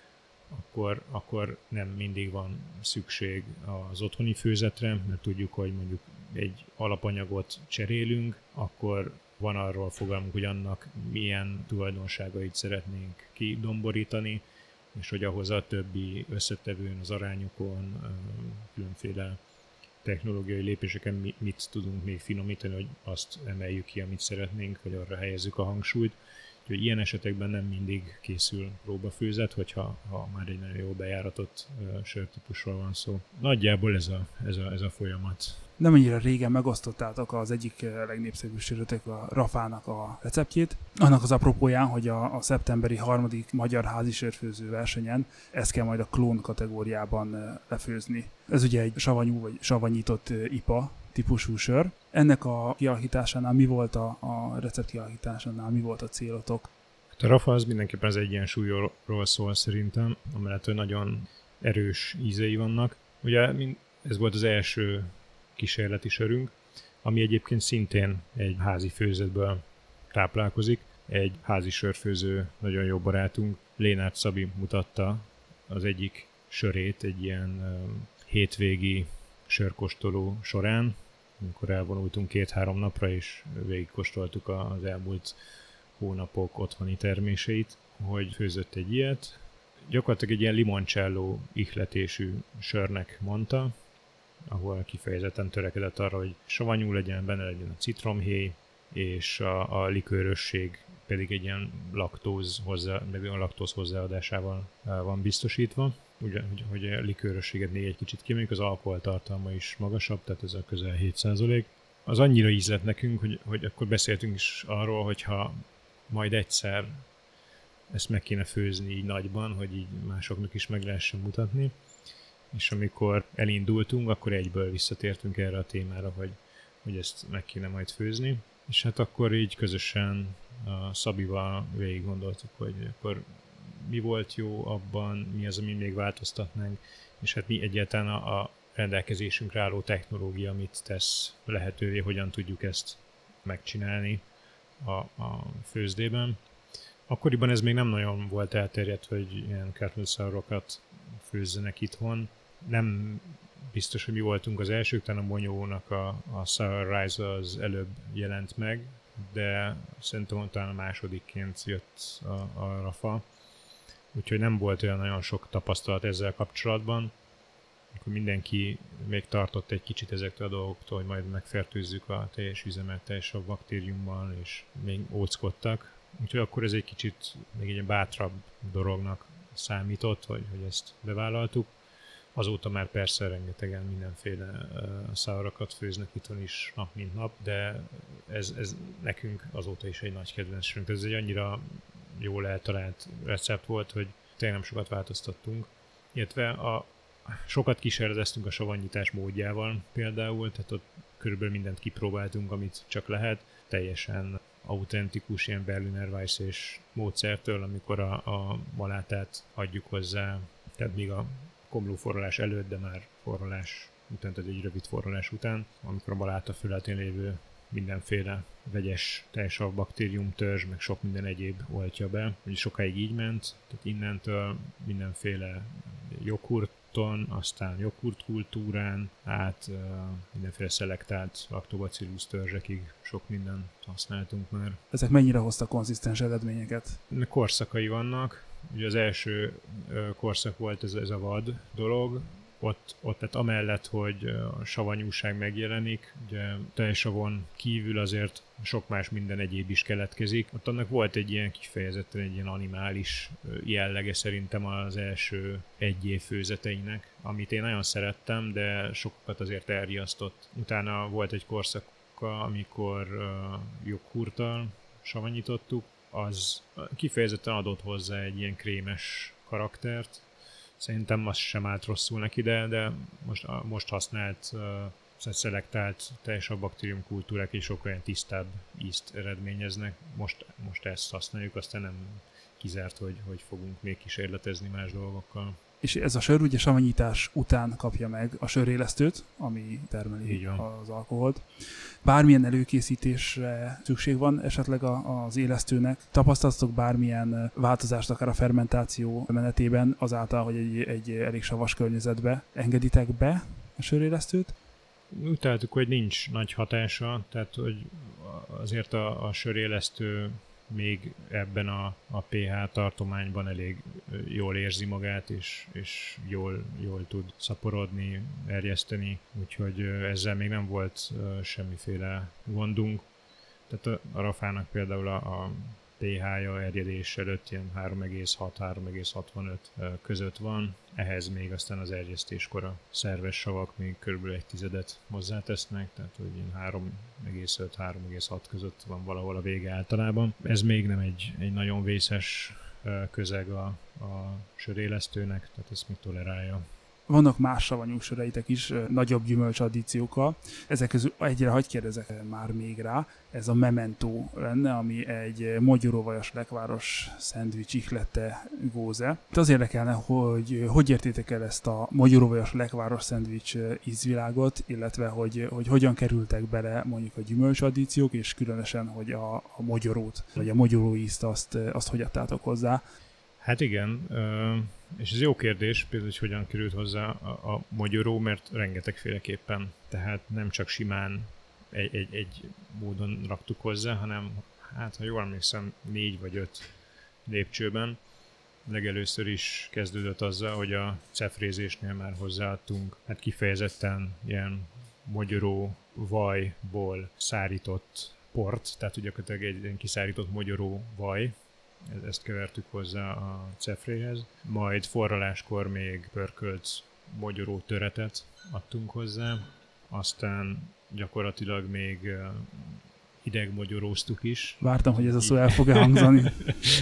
akkor, akkor nem mindig van szükség az otthoni főzetre, mert tudjuk, hogy mondjuk egy alapanyagot cserélünk, akkor van arról fogalmunk, hogy annak milyen tulajdonságait szeretnénk kidomborítani, és hogy ahhoz a többi összetevőn, az arányokon, különféle technológiai lépéseken mit tudunk még finomítani, hogy azt emeljük ki, amit szeretnénk, vagy arra helyezzük a hangsúlyt. Úgyhogy ilyen esetekben nem mindig készül próbafőzet, hogyha ha már egy nagyon jól bejáratott sörtípusról van szó. Nagyjából ez a, ez a, ez a folyamat. Nem annyira régen megosztottátok az egyik legnépszerűbb sörötök, a Rafának a receptjét. Annak az apropóján, hogy a, a szeptemberi harmadik magyar házi sörfőző versenyen ezt kell majd a klón kategóriában lefőzni. Ez ugye egy savanyú vagy savanyított i pé á típusú sör. Ennek a kialakításánál mi volt a, a recept kialakításánál, mi volt a célotok? A Rafa az mindenképpen az egyensúlyról szól szerintem, amellett, hogy nagyon erős ízei vannak. Ugye ez volt az első kísérleti sörünk, ami egyébként szintén egy házi főzetből táplálkozik. Egy házi sörfőző, nagyon jó barátunk, Lénárt Szabi mutatta az egyik sörét egy ilyen um, hétvégi sörkóstoló során, amikor elvonultunk két-három napra, és végigkóstoltuk az elmúlt hónapok otthoni terméseit, hogy főzött egy ilyet. Gyakorlatilag egy ilyen limoncello ihletésű sörnek mondta, ahol kifejezetten törekedett arra, hogy savanyú legyen, benne legyen a citromhéj, és a, a likőrösség pedig egy ilyen laktóz, hozzá, a laktóz hozzáadásával van biztosítva. Ugye, hogy, hogy a likőrösséget még egy kicsit kiemeljük, az alkoholtartalma is magasabb, tehát ez a közel hét százalék. Az annyira ízlett nekünk, hogy, hogy akkor beszéltünk is arról, hogyha majd egyszer ezt meg kéne főzni így nagyban, hogy így másoknak is meg lehessen mutatni. És amikor elindultunk, akkor egyből visszatértünk erre a témára, hogy, hogy ezt meg kéne majd főzni. És hát akkor így közösen a Szabival végig gondoltuk, hogy akkor mi volt jó abban, mi az, ami még változtatnánk, és hát mi egyáltalán a, a rendelkezésünkre álló technológia mit tesz lehetővé, hogyan tudjuk ezt megcsinálni a, a főzdében. Akkoriban ez még nem nagyon volt elterjedt, hogy ilyen kettlesaurokat főzzenek itthon. Nem biztos, hogy mi voltunk az elsők, talán a Monyónak a, a Sour Rise az előbb jelent meg, de szerintem talán a másodikként jött a, a Rafa. Úgyhogy nem volt olyan nagyon sok tapasztalat ezzel kapcsolatban. Akkor mindenki még tartott egy kicsit ezektől a dolgoktól, hogy majd megfertőzzük a teljes üzemet, teljes a baktériummal, és még óckodtak. Úgyhogy akkor ez egy kicsit még egy bátrabb dolognak számított, hogy, hogy ezt bevállaltuk. Azóta már persze rengetegen mindenféle uh, szaurokat főznek itthon is nap mint nap, de ez, ez nekünk azóta is egy nagy kedvencünk. Ez egy annyira jól eltalált recept volt, hogy tényleg nem sokat változtattunk. Illetve a, sokat kísérleteztünk a savanyítás módjával például, tehát ott körülbelül mindent kipróbáltunk, amit csak lehet. Teljesen autentikus ilyen Berliner Weisse-és módszertől, amikor a, a malátát adjuk hozzá, tehát még a komló forralás előtt, de már forralás után, tehát egy rövid forralás után, amikor a maláta fölletén lévő mindenféle vegyes teljesav baktérium törzs, meg sok minden egyéb oltja be. Ugye sokáig így ment, tehát innentől mindenféle joghurton, aztán joghurtkultúrán át uh, mindenféle szelektált lactobacillus törzsekig sok mindent használtunk már. Ezek mennyire hoztak konzisztens eredményeket? Korszakai vannak. Ugye az első uh, korszak volt ez, ez a vad dolog. Ott, ott tehát amellett, hogy a savanyúság megjelenik, ugye teljesavon kívül azért sok más minden egyéb is keletkezik. Ott annak volt egy ilyen kifejezetten egy ilyen animális jellege szerintem az első egy év főzeteinek, amit én nagyon szerettem, de sokakat azért elriasztott. Utána volt egy korszak, amikor uh, joghurttal savanyítottuk, az kifejezetten adott hozzá egy ilyen krémes karaktert. Szerintem az sem állt rosszul neki, de, de most, most használt, uh, szelektált teljes a baktériumkultúrák és sokkal olyan tisztább ízt eredményeznek. Most, most ezt használjuk, aztán nem kizárt, hogy, hogy fogunk még kísérletezni más dolgokkal. És ez a sör ugye savanyítás után kapja meg a sörélesztőt, ami termeli az alkoholt. Bármilyen előkészítésre szükség van esetleg az élesztőnek? Tapasztaltok bármilyen változást akár a fermentáció menetében azáltal, hogy egy, egy elég savas környezetbe engeditek be a sörélesztőt? Úgy találtuk, hogy nincs nagy hatása, tehát hogy azért a, a sörélesztő még ebben a, a pH tartományban elég jól érzi magát, és, és jól, jól tud szaporodni, erjeszteni, úgyhogy ezzel még nem volt semmiféle gondunk. Tehát a, a Rafának például a, a pH-ja erjedés előtt ilyen három egész hat - három egész hatvanöt között van, ehhez még aztán az erjesztéskor a szerves savak még körülbelül egy tizedet hozzátesznek, tehát hogy ilyen három egész öt - három egész hat között van valahol a vége általában. Ez még nem egy, egy nagyon vészes közeg a, a sörélesztőnek, tehát ezt még tolerálja. Vannak más savanyú söreitek is, nagyobb gyümölcsaddíciókkal. Ezek közül egyre hagy kérdezek már még rá, ez a Memento lenne, ami egy mogyoróvajas lekváros szendvics ihlette góze. Itt az érdekelne, hogy hogy értétek el ezt a mogyoróvajas lekváros szendvics ízvilágot, illetve hogy, hogy hogyan kerültek bele mondjuk a gyümölcsaddíciók, és különösen, hogy a, a mogyorót, vagy a mogyoró ízt azt, azt hogy adtátok hozzá. Hát igen, és ez jó kérdés, például, hogy hogyan került hozzá a, a mogyoró, mert rengetegféleképpen, tehát nem csak simán egy, egy, egy módon raktuk hozzá, hanem hát, ha jól emlékszem, négy vagy öt lépcsőben. Legelőször is kezdődött azzal, hogy a cefrézésnél már hozzáadtunk, hát kifejezetten ilyen mogyoró vajból szárított port, tehát ugye gyakorlatilag egy ilyen kiszárított mogyoró vaj, ezt kevertük hozzá a cefréhez, majd forraláskor még pörkölt mogyoró töretet adtunk hozzá, aztán gyakorlatilag még hideg mogyoróztuk is. Vártam, hogy ez a szó el fog hangzani.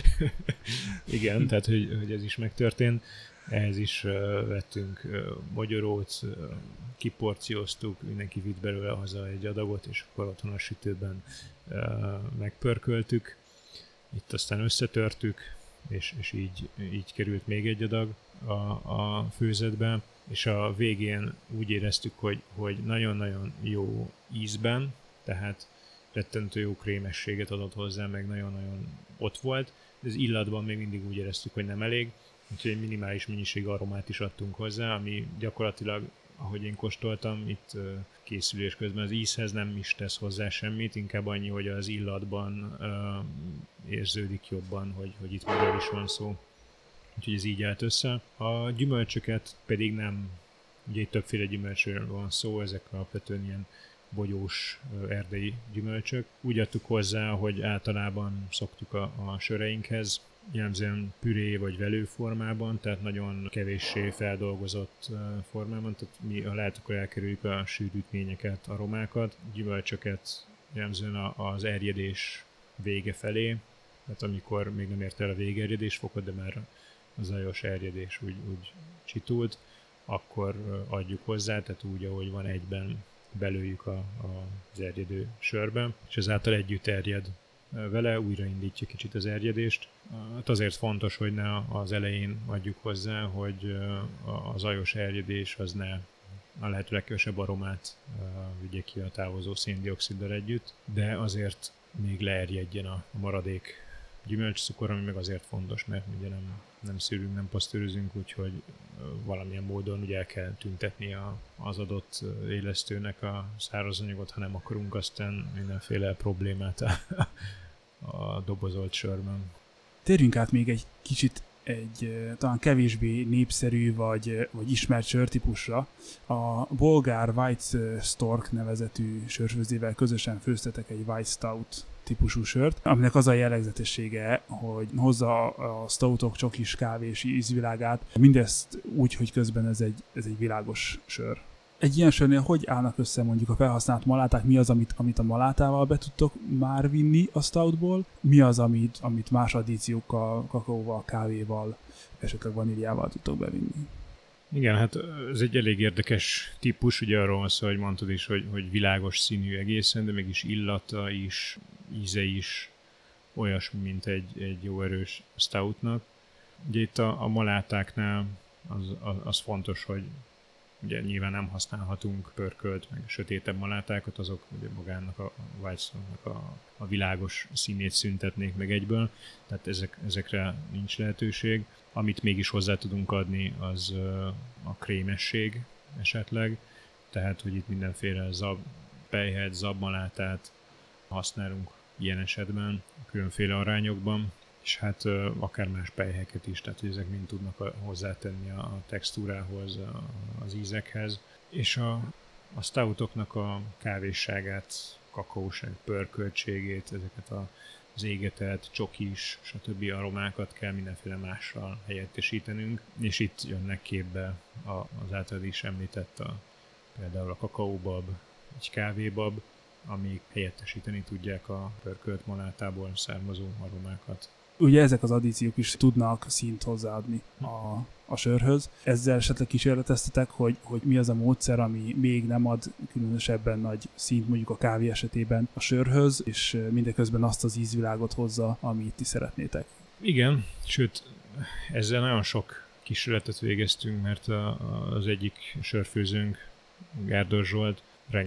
Igen, tehát hogy, hogy ez is megtörtént. Ehhez is uh, vettünk uh, mogyorót, uh, kiporcióztuk, mindenki vitt belőle haza egy adagot, és akkor otthon a sütőben uh, megpörköltük. Itt aztán összetörtük, és, és így, így került még egy adag a, a főzetbe. és a végén úgy éreztük, hogy, hogy nagyon-nagyon jó ízben, tehát rettentő jó krémességet adott hozzá, meg nagyon-nagyon ott volt, de az illatban még mindig úgy éreztük, hogy nem elég, úgyhogy egy minimális mennyiség aromát is adtunk hozzá, ami gyakorlatilag, ahogy én kóstoltam, itt készülés közben az ízhez nem is tesz hozzá semmit, inkább annyi, hogy az illatban uh, érződik jobban, hogy, hogy itt miről is van szó. Úgyhogy ez így állt össze. A gyümölcsöket pedig nem, ugye itt többféle gyümölcsről van szó, ezek alapvetően ilyen bogyós erdei gyümölcsök. Úgy adtuk hozzá, hogy általában szoktuk a, a söreinkhez, jellemzően püré vagy velő formában, tehát nagyon kevéssé feldolgozott formában, tehát mi, ha lehet, akkor elkerüljük a sűrítményeket, aromákat, gyümölcsöket jellemzően az erjedés vége felé, tehát amikor még nem ért el a végerjedés fokot, de már a zajos erjedés úgy, úgy csitult, akkor adjuk hozzá, tehát úgy, ahogy van egyben, belőjük a, a, az erjedő sörbe, és ezáltal együtt erjed vele, újraindítja kicsit az erjedést. Hát azért fontos, hogy ne az elején adjuk hozzá, hogy a zajos erjedés az ne a lehető legkevesebb aromát vigye ki a távozó széndioxiddal együtt, de azért még leerjedjen a maradék gyümölcscukor, ami meg azért fontos, mert ugye nem, nem szűrünk, nem pasztőrözünk, úgyhogy valamilyen módon ugye el kell tüntetni a, az adott élesztőnek a szárazanyagot, ha nem akarunk aztán mindenféle problémát a, a dobozolt sörben. Térjünk át még egy kicsit egy talán kevésbé népszerű vagy, vagy ismert sörtípusra. A bolgár White Stork nevezetű sörfőzdével közösen főztetek egy White Stout típusú sört, aminek az a jellegzetessége, hogy hozza a stoutok csokis kávés ízvilágát, mindezt úgy, hogy közben ez egy, ez egy világos sör. Egy ilyen sörnél hogy állnak össze mondjuk a felhasznált maláták? Mi az, amit, amit a malátával be tudtok már vinni a stoutból? Mi az, amit, amit más addíciókkal, kakaóval, kávéval, esetleg vaníliával tudtok bevinni? Igen, hát ez egy elég érdekes típus, ugye arról van szó, hogy mondtad is, hogy, hogy világos színű egészen, de mégis illata is, íze is olyasmi, mint egy, egy jó erős stoutnak. Ugye itt a, a malátáknál az, az, az fontos, hogy ugye nyilván nem használhatunk pörkölt, meg sötétebb malátákat, azok ugye magának a White Stoutnak a, a világos színét szüntetnék meg egyből, tehát ezek, ezekre nincs lehetőség. Amit mégis hozzá tudunk adni, az a krémesség esetleg, tehát hogy itt mindenféle zab, pelyhet, zabmalátát használunk ilyen esetben, különféle arányokban, és hát akár más pelyheket is, tehát hogy ezek mind tudnak hozzátenni a textúrához, az ízekhez. És a, a stoutoknak a kávésságát, kakaóság, pörköltségét, ezeket a az égetett, csokis, stb. Aromákat kell mindenféle mással helyettesítenünk, és itt jönnek képbe az általad is említett a, például a kakaóbab, egy kávébab, amik helyettesíteni tudják a pörkölt malátából származó aromákat. Ugye ezek az addíciók is tudnak színt hozzáadni a, a sörhöz. Ezzel esetleg kísérleteztetek, hogy, hogy mi az a módszer, ami még nem ad különösebben nagy színt mondjuk a kávé esetében a sörhöz, és mindeközben azt az ízvilágot hozza, amit ti szeretnétek. Igen, sőt, ezzel nagyon sok kísérletet végeztünk, mert a, az egyik sörfőzőnk, Gárdor Zsolt,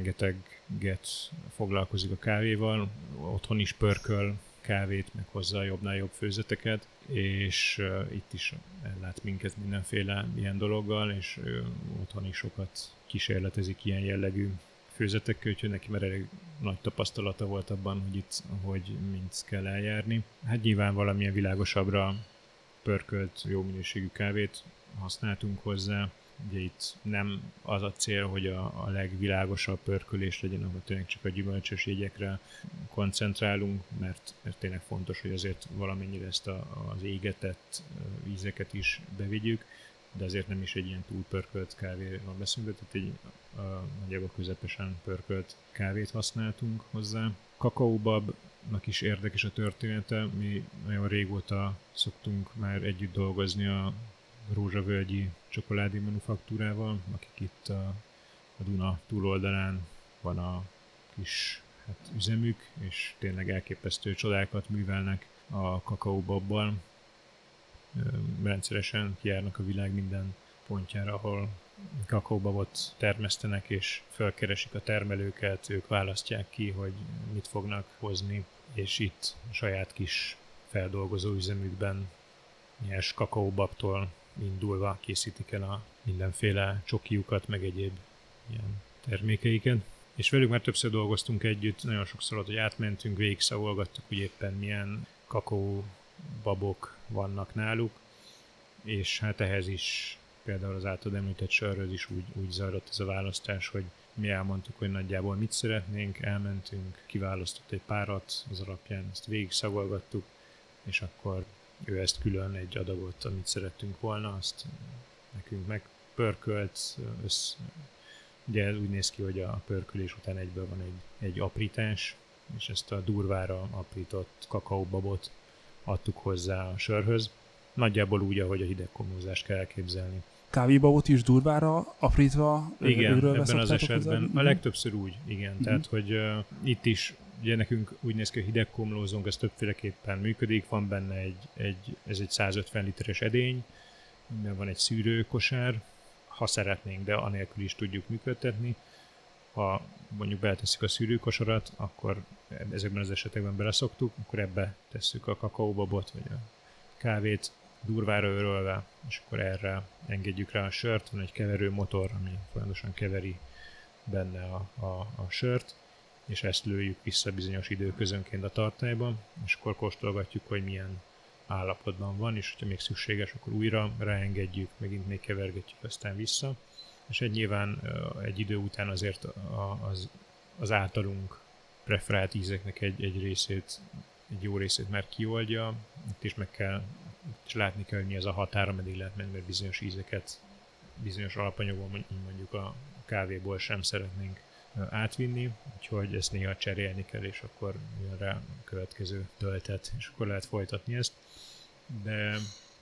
rengeteget foglalkozik a kávéval, otthon is pörköl kávét, meg hozzá jobbnál jobb főzeteket, és uh, itt is ellát minket mindenféle ilyen dologgal, és uh, otthon is sokat kísérletezik ilyen jellegű főzetekkel, úgyhogy neki már elég nagy tapasztalata volt abban, hogy itt hogy mint kell eljárni. Hát nyilván valamilyen világosabbra pörkölt, jó minőségű kávét használtunk hozzá. Ugye itt nem az a cél, hogy a, a legvilágosabb pörkölés legyen, ahol tényleg csak a gyümölcsös jegyekre koncentrálunk, mert, mert tényleg fontos, hogy azért valamennyire ezt a, az égetett ízeket is bevigyük, de azért nem is egy ilyen túl pörkölt kávéról beszélünk, tehát egy a, nagyjából közepesen pörkölt kávét használtunk hozzá. Kakaóbabnak is érdekes a története, mi nagyon régóta szoktunk már együtt dolgozni a Rózsavölgyi csokoládé manufaktúrával, akik itt a, a Duna túloldalán van a kis hát, üzemük, és tényleg elképesztő csodákat művelnek a kakaóbabbal. Rendszeresen kijárnak a világ minden pontjára, ahol kakaóbabot termesztenek, és felkeresik a termelőket, ők választják ki, hogy mit fognak hozni, és itt saját kis feldolgozó üzemükben nyers kakaóbabtól indulva készítik el a mindenféle csokiukat, meg egyéb ilyen termékeiket. És velük már többször dolgoztunk együtt, nagyon sokszor ott, hogy átmentünk, végigszavolgattuk, hogy éppen milyen kakaóbabok vannak náluk, és hát ehhez is például az általad említett sörhöz is úgy, úgy zajlott ez a választás, hogy mi elmondtuk, hogy nagyjából mit szeretnénk, elmentünk, kiválasztott egy párat, az alapján ezt végigszagolgattuk, és akkor ő ezt külön egy adagot, amit szerettünk volna, azt nekünk megpörkölt, össz, ugye úgy néz ki, hogy a pörkölés után egyből van egy, egy aprítás, és ezt a durvára aprított kakaóbabot adtuk hozzá a sörhöz. Nagyjából úgy, ahogy a hidegkomlózást kell elképzelni. Kávébabot is durvára aprítva? Igen, ebben az esetben hozzá? A legtöbbször úgy, igen. Uh-huh. Tehát, hogy uh, itt is ugye nekünk úgy néz ki, hogy hidegkomlózónk, ez többféleképpen működik, van benne egy, egy, ez egy százötven literes edény, minden van egy szűrőkosár, ha szeretnénk, de anélkül is tudjuk működtetni. Ha mondjuk beletesszük a szűrőkosarat, akkor ezekben az esetekben beleszoktuk, akkor ebbe tesszük a kakaóbabot, vagy a kávét durvára örölve, és akkor erre engedjük rá a sört, van egy keverőmotor, ami folyamatosan keveri benne a, a, a sört, és ezt lőjük vissza bizonyos időközönként a tartályba, és akkor kóstolgatjuk, hogy milyen állapotban van, és ha még szükséges, akkor újra ráengedjük, megint még kevergetjük, aztán vissza. És egy nyilván egy idő után azért az, az általunk preferált ízeknek egy, egy részét, egy jó részét már kioldja, itt is meg kell, és látni kell, hogy mi az a határ, ameddig lehet menni, mert bizonyos ízeket, bizonyos alapanyagon, mondjuk a kávéból sem szeretnénk átvinni, úgyhogy ezt néha cserélni kell, és akkor jön rá a következő töltet, és akkor lehet folytatni ezt. De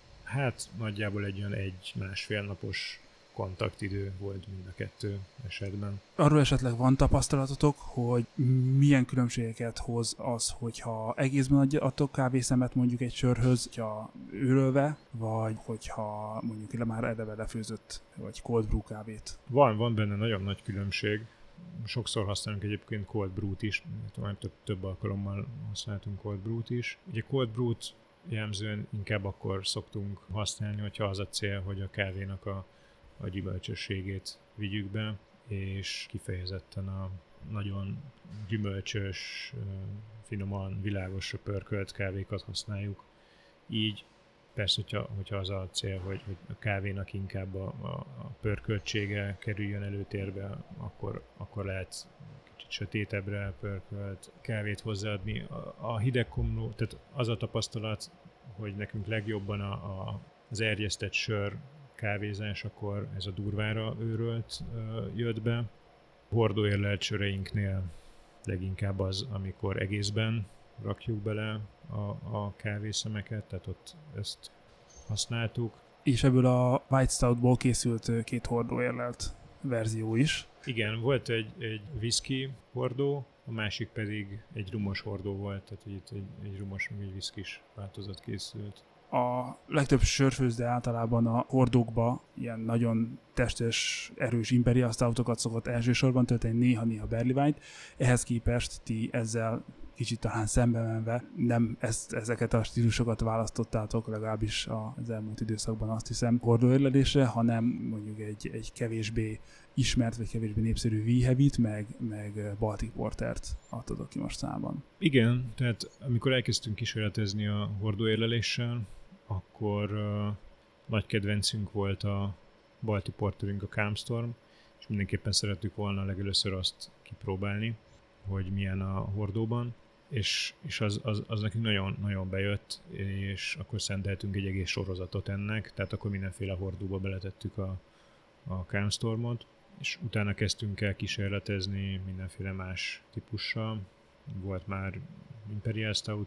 hát nagyjából egy olyan egy-másfél napos kontaktidő volt mind a kettő esetben. Arról esetleg van tapasztalatotok, hogy milyen különbségeket hoz az, hogyha egészben adtok kávészemet mondjuk egy sörhöz, hogyha őrölve, vagy hogyha mondjuk már eleve lefőzött, vagy cold brew kávét? Van, van benne nagyon nagy különbség. Sokszor használunk egyébként cold brew-t is, több, több alkalommal használtunk cold brew-t is. Ugye cold brew-t jellemzően inkább akkor szoktunk használni, hogyha az a cél, hogy a kávénak a, a gyümölcsösségét vigyük be, és kifejezetten a nagyon gyümölcsös, finoman, világosra pörkölt kávékat használjuk. Így persze, hogyha, hogyha az a cél, hogy, hogy a kávénak inkább a, a, a pörköltsége kerüljön előtérbe, akkor, akkor lehet kicsit sötétebbre pörkölt kávét hozzáadni. A, a hidegkomló, tehát az a tapasztalat, hogy nekünk legjobban a, a, az erjesztett sör kávézás, akkor ez a durvára őrölt ö, jött be. Hordóérlelt söreinknél leginkább az, amikor egészben rakjuk bele a, a kávészemeket, tehát ott ezt használtuk. És ebből a White Stoutból készült két hordóérlelt verzió is. Igen, volt egy, egy whisky hordó, a másik pedig egy rumos hordó volt, tehát itt egy, egy rumos, meg egy whiskys változat készült. A legtöbb sörfőzde általában a hordókba ilyen nagyon testes, erős Imperial Stoutokat szokott elsősorban tölteni, néha-néha Barley Wine. Ehhez képest ti ezzel kicsit talán szembe menve nem ezt, ezeket a stílusokat választottátok, legalábbis az elmúlt időszakban azt hiszem hordóérlelésre, hanem mondjuk egy, egy kevésbé ismert vagy kevésbé népszerű V-Heavy-t, meg, meg Baltic Portert adtatok ki mostában. Igen, tehát amikor elkezdtünk kísérletezni a hordóérleléssel, akkor uh, nagy kedvencünk volt a Baltic Porterünk, a Calm Storm, és mindenképpen szerettük volna legelőször azt kipróbálni, hogy milyen a hordóban, és, és az, az, az nekünk nagyon, nagyon bejött, és akkor szenteltünk egy egész sorozatot ennek, tehát akkor mindenféle hordóba beletettük a, a Calm Stormot, és utána kezdtünk el kísérletezni mindenféle más típussal. Volt már Imperial Stout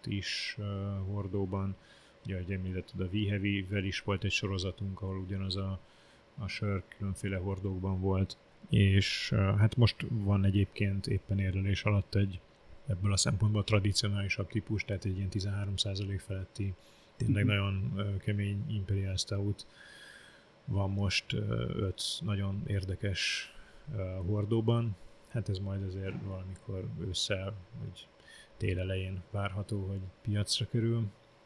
is uh, hordóban, ugye, ahogy említetted, a V-Heavy-vel is volt egy sorozatunk, ahol ugyanaz a, a sör különféle hordókban volt, és uh, hát most van egyébként éppen érlelés alatt egy ebből a szempontból tradicionálisabb típus, tehát egy ilyen tizenhárom százalék feletti, tényleg mm-hmm. nagyon uh, kemény Imperial Stout van most öt nagyon érdekes hordóban. Hát ez majd azért valamikor ősszel, vagy tél elején várható, hogy piacra kerül.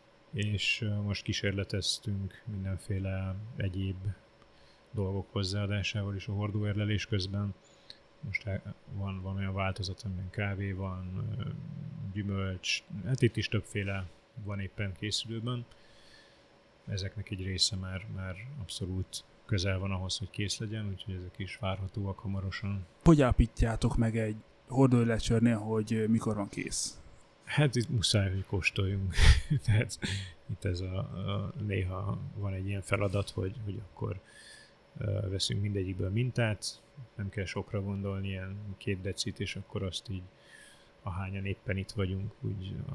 És most kísérleteztünk mindenféle egyéb dolgok hozzáadásával is a hordóérlelés közben. Most van, van olyan változat, amiben kávé van, gyümölcs, hát itt is többféle van éppen készülőben. Ezeknek egy része már, már abszolút közel van ahhoz, hogy kész legyen, úgyhogy ezek is várhatóak hamarosan. Hogy állapítjátok meg egy hordóérlelésörnél, hogy mikor van kész? Hát itt muszáj, hogy kóstoljunk. Tehát itt ez a, a, néha van egy ilyen feladat, hogy, hogy akkor uh, veszünk mindegyikből mintát, nem kell sokra gondolni, ilyen két decit, és akkor azt így ahányan éppen itt vagyunk, úgy a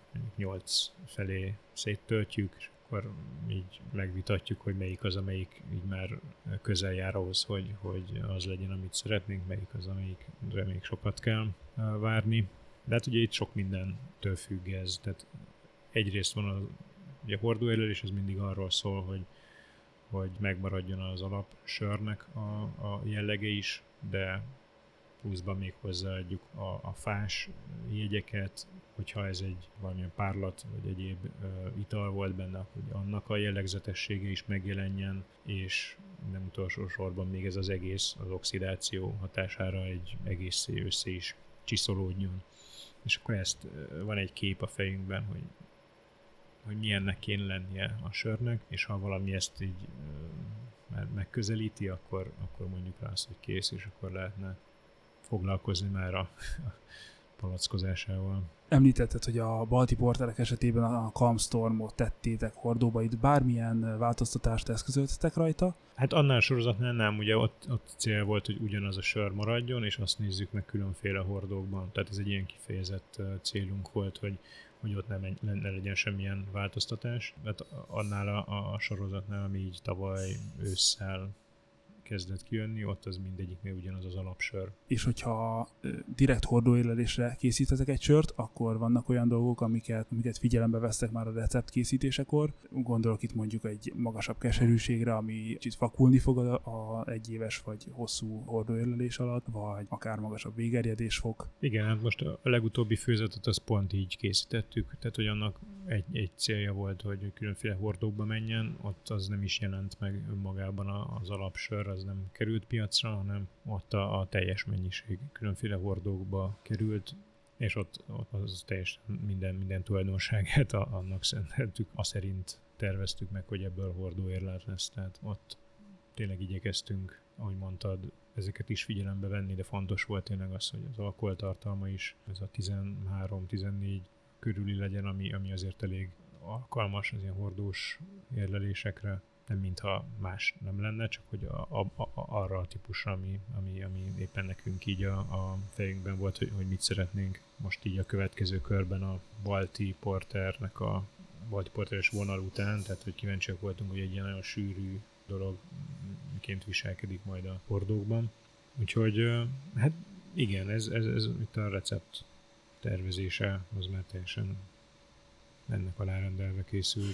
nyolc felé széttöltjük, és akkor így megvitatjuk, hogy melyik az, amelyik így már közel jár ahhoz, hogy, hogy az legyen, amit szeretnénk, melyik az, amelyikre még sokat kell uh, várni. De hát ugye itt sok mindentől függ ez, tehát egyrészt van az, ugye a hordóérlelés, ez mindig arról szól, hogy, hogy megmaradjon az alapsörnek a, a jellege is, de pluszban még hozzáadjuk a, a fás jegyeket, hogyha ez egy valamilyen párlat vagy egyéb ö, ital volt benne, hogy annak a jellegzetessége is megjelenjen, és nem utolsó sorban még ez az egész, az oxidáció hatására egy egészé össze is csiszolódjon. És akkor ezt van egy kép a fejünkben, hogy, hogy milyennek kéne lennie a sörnek, és ha valami ezt így már megközelíti, akkor, akkor mondjuk rá azt, hogy kész, és akkor lehetne foglalkozni már a, a palackozásával. Említetted, hogy a balti porterek esetében a Calm Stormot tettétek hordóba, itt bármilyen változtatást eszközöltetek rajta? Hát annál sorozatnál nem, ugye ott, ott cél volt, hogy ugyanaz a sör maradjon, és azt nézzük meg különféle hordókban. Tehát ez egy ilyen kifejezett célunk volt, hogy, hogy ott nem, ne legyen semmilyen változtatás. Tehát annál a, a sorozatnál, ami így tavaly ősszel kezdett kijönni, ott az mindegyiknél ugyanaz az alapsör. És hogyha direkt hordóérlelésre készítetek egy sört, akkor vannak olyan dolgok, amiket, amiket figyelembe vesztek már a recept készítésekor. Gondolok itt mondjuk egy magasabb keserűségre, ami kicsit vakulni fog a, a egyéves vagy hosszú hordóérlelés alatt, vagy akár magasabb végerjedés fog. Igen, hát most a legutóbbi főzetet azt pont így készítettük, tehát hogy annak egy, egy célja volt, hogy különféle hordókba menjen, ott az nem is jelent meg önmagában az alapsör, az nem került piacra, hanem ott a, a teljes mennyiség különféle hordókba került, és ott, ott az teljesen minden, minden tulajdonságát a, annak szenteltük. Azt szerint terveztük meg, hogy ebből hordóérlet lesz, tehát ott tényleg igyekeztünk, ahogy mondtad, ezeket is figyelembe venni, de fontos volt tényleg az, hogy az alkoholtartalma is, ez a tizenhárom-tizennégy körüli legyen, ami, ami azért elég alkalmas az ilyen hordós érlelésekre. Nem mintha más nem lenne, csak hogy a, a, a, arra a típusra, ami, ami, ami éppen nekünk így a, a fejünkben volt, hogy, hogy mit szeretnénk most így a következő körben a balti porternek a balti porteres vonal után, tehát hogy kíváncsiak voltunk, hogy egy ilyen nagyon sűrű dolog miként viselkedik majd a hordókban. Úgyhogy hát igen, ez, ez, ez itt a recept tervezése az már teljesen ennek alárendelve készült.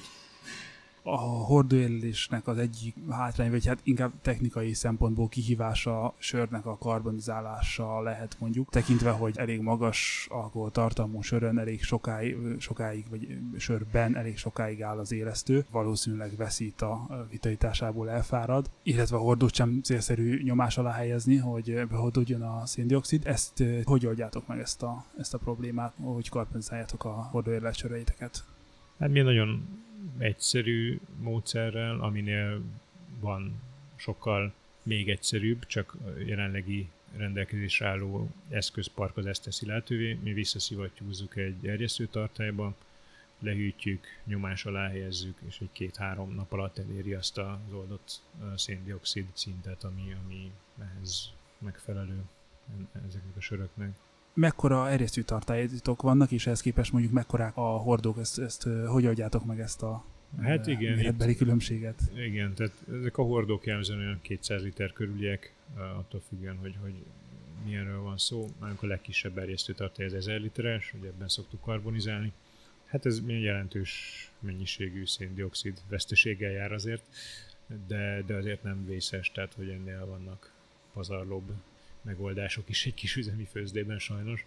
A hordóérlelésnek az egyik hátrány, vagy hát inkább technikai szempontból kihívása a sörnek a karbonizálása lehet mondjuk, tekintve, hogy elég magas alkoholtartalmú sörön elég sokáig, sokáig, vagy sörben elég sokáig áll az élesztő, valószínűleg veszít a vitalitásából, elfárad, illetve a hordót sem célszerű nyomás alá helyezni, hogy behordódjon a széndioxid. Ezt hogy oldjátok meg ezt a, ezt a problémát, hogy karbonizáljátok a hordóérlelt söröiteket? Hát mi nagyon egyszerű módszerrel, aminél van sokkal még egyszerűbb, csak jelenlegi rendelkezésre álló eszközpark az ezt teszi lehetővé. Mi visszaszivattyúzzuk egy erjesztőtartályba, lehűtjük, nyomás alá helyezzük, és egy két-három nap alatt eléri azt az oldott széndioxid szintet, ami, ami ehhez megfelelő ezeknek a söröknek. Mekkora erjesztőtartályatok vannak, és ehhez képest mondjuk mekkorák a hordók, ezt, ezt hogy oldjátok meg ezt a hát igen, méretbeli különbséget? Igen, tehát ezek a hordók jellemzően olyan kétszáz liter körüliek, attól függően, hogy, hogy milyenről van szó. Nálunk a legkisebb erjesztőtartály az ezer literes, hogy ebben szoktuk karbonizálni. Hát ez jelentős mennyiségű széndioxid veszteséggel jár azért, de, de azért nem vészes, tehát hogy ennél vannak pazarlóbb megoldások is egy kis üzemi főzdében sajnos,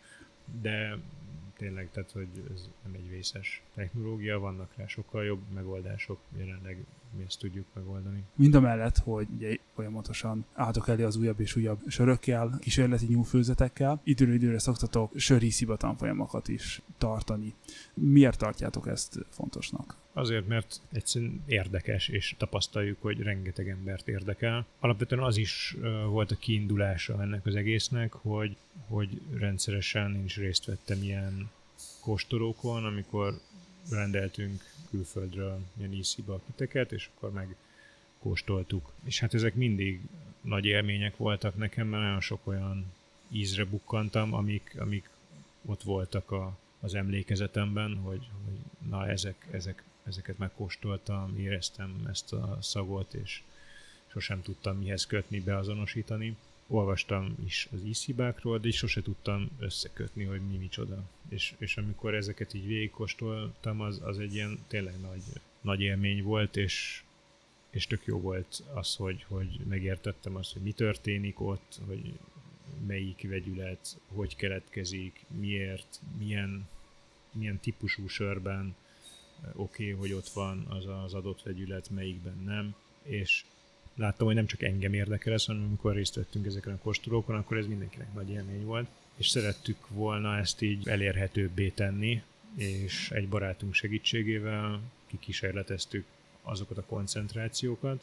de tényleg, tehát hogy ez nem egy vészes technológia, vannak rá sokkal jobb megoldások, jelenleg mi ezt tudjuk megoldani. Mindamellett, hogy ugye folyamatosan álltok elé az újabb és újabb sörökkel, kísérleti nyúlfőzetekkel, időről időre szoktatok sörhísziba tanfolyamokat is tartani. Miért tartjátok ezt fontosnak? Azért, mert egyszerűen érdekes, és tapasztaljuk, hogy rengeteg embert érdekel. Alapvetően az is uh, volt a kiindulása ennek az egésznek, hogy, hogy rendszeresen én is részt vettem ilyen kóstolókon, amikor rendeltünk külföldről ilyen ísziba kiteket, és akkor meg kóstoltuk. És hát ezek mindig nagy élmények voltak nekem, mert nagyon sok olyan ízre bukkantam, amik, amik ott voltak a, az emlékezetemben, hogy, hogy na ezek, ezek, ezeket megkóstoltam, éreztem ezt a szagot, és sosem tudtam mihez kötni, beazonosítani. Olvastam is az ízhibákról, de is sose tudtam összekötni, hogy mi micsoda. És, és amikor ezeket így végigkóstoltam, az, az egy ilyen tényleg nagy, nagy élmény volt, és, és tök jó volt az, hogy, hogy megértettem azt, hogy mi történik ott, hogy melyik vegyület, hogy keletkezik, miért, milyen, milyen típusú sörben oké, okay, hogy ott van az az adott vegyület, melyikben nem, és láttam, hogy nem csak engem érdekel ez, hanem amikor részt vettünk ezeken a kóstolókon, akkor ez mindenkinek nagy élmény volt, és szerettük volna ezt így elérhetőbbé tenni, és egy barátunk segítségével kikísérleteztük azokat a koncentrációkat,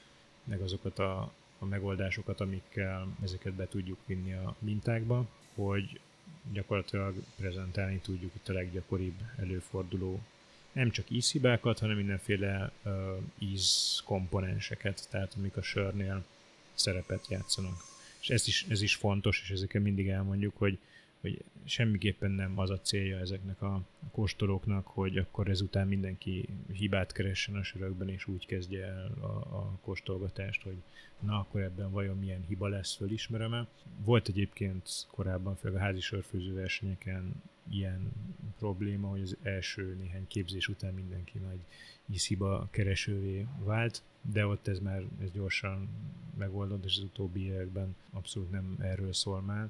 meg azokat a, a megoldásokat, amikkel ezeket be tudjuk vinni a mintákba, hogy gyakorlatilag prezentálni tudjuk itt a leggyakoribb előforduló nem csak ízhibákat, hanem mindenféle uh, ízkomponenseket, tehát amik a sörnél szerepet játszanak. És ez is, ez is fontos, és ezeket mindig elmondjuk, hogy, hogy semmiképpen nem az a célja ezeknek a kóstolóknak, hogy akkor ezután mindenki hibát keressen a sörökben, és úgy kezdje el a, a kóstolgatást, hogy na, akkor ebben vajon milyen hiba lesz, fölismerem-e. Volt egyébként korábban, főleg a házi sörfőző versenyeken ilyen probléma, hogy az első néhány képzés után mindenki nagy ízhiba keresővé vált, de ott ez már ez gyorsan megoldott, és az utóbbi években abszolút nem erről szól már,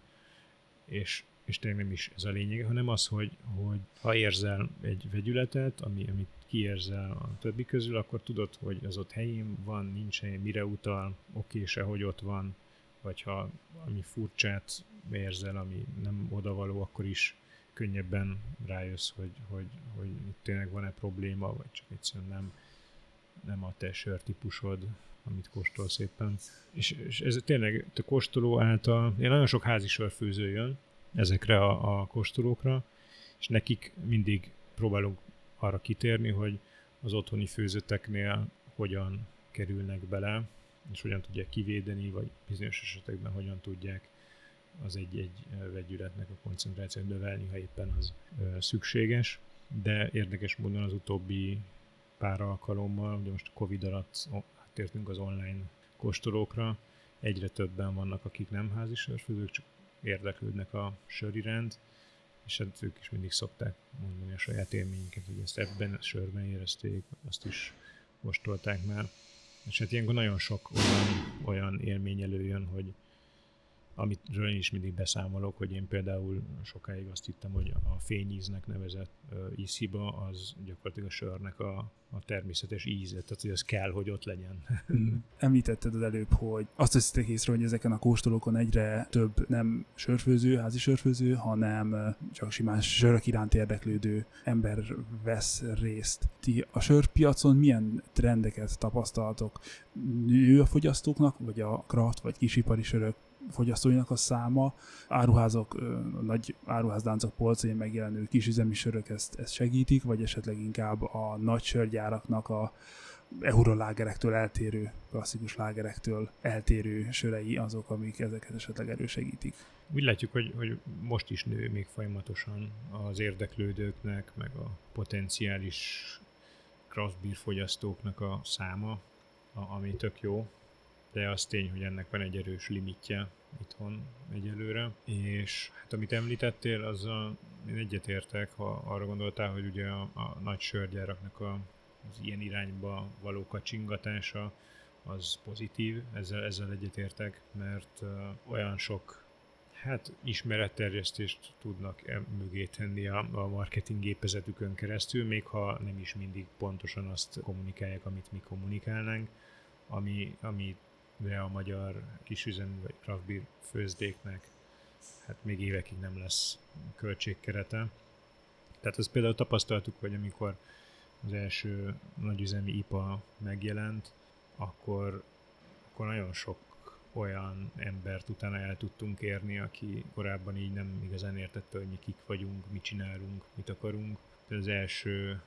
és, és tényleg nem is ez a lényege, hanem az, hogy, hogy ha érzel egy vegyületet, ami, amit kiérzel a többi közül, akkor tudod, hogy az ott helyén van, nincs helyén, mire utal, oké, se, hogy ott van, vagy ha ami furcsát érzel, ami nem odavaló, akkor is könnyebben rájössz, hogy, hogy, hogy itt tényleg van-e probléma, vagy csak egyszerűen nem, nem a te sörtípusod, amit kóstolsz éppen. És, és ez tényleg a kóstoló által, én nagyon sok házi sörfőző jön ezekre a, a kóstolókra, és nekik mindig próbálunk arra kitérni, hogy az otthoni főzőteknél hogyan kerülnek bele, és hogyan tudják kivédeni, vagy bizonyos esetekben hogyan tudják az egy-egy vegyületnek a koncentrációt növelni, ha éppen az ö, szükséges. De érdekes módon az utóbbi pár alkalommal, ugye most a Covid alatt tértünk az online kóstolókra, egyre többen vannak, akik nem házi sörfőzők, csak érdeklődnek a sör iránt, és hát ők is mindig szokták mondani a saját élményüket, hogy ezt ebben a sörben érezték, azt is kóstolták már. És hát ilyenkor nagyon sok olyan, olyan élmény előjön, hogy amitről én is mindig beszámolok, hogy én például sokáig azt hittem, hogy a fényíznek nevezett uh, ízhiba az gyakorlatilag a sörnek a, a természetes íze, tehát hogy az kell, hogy ott legyen. Említetted az előbb, hogy azt veszitek észre, hogy ezeken a kóstolókon egyre több nem sörfőző, házi sörfőző, hanem csak simán sörök iránt érdeklődő ember vesz részt. Ti a sörpiacon milyen trendeket tapasztaltok? Nő a fogyasztóknak, vagy a craft, vagy kisipari sörök fogyasztóinak a száma, áruházak, a nagy áruházláncok polcain megjelenő kisüzemi sörök ezt, ezt segítik, vagy esetleg inkább a nagy sörgyáraknak a eurolágerektől eltérő, klasszikus lágerektől eltérő sörei azok, amik ezeket esetleg elősegítik. Úgy látjuk, hogy, hogy most is nő még folyamatosan az érdeklődőknek, meg a potenciális craft beer fogyasztóknak a száma, a, ami tök jó. De az tény, hogy ennek van egy erős limitje itthon egyelőre, és hát amit említettél, azzal én egyetértek, ha arra gondoltál, hogy ugye a, a nagy sörgyáraknak a, az ilyen irányba való kacsingatása, az pozitív, ezzel, ezzel egyetértek, mert uh, olyan sok hát ismeretterjesztést tudnak e mögé tenni a, a marketing gépezetükön keresztül, még ha nem is mindig pontosan azt kommunikálják, amit mi kommunikálnánk, ami, amire a magyar kisüzemű vagy craft beer főzdéknek hát még évekig nem lesz költségkerete. Tehát azt például tapasztaltuk, hogy amikor az első nagyüzemi i pé á megjelent, akkor, akkor nagyon sok olyan embert utána el tudtunk érni, aki korábban így nem igazán értette, hogy mi kik vagyunk, mit csinálunk, mit akarunk. Az első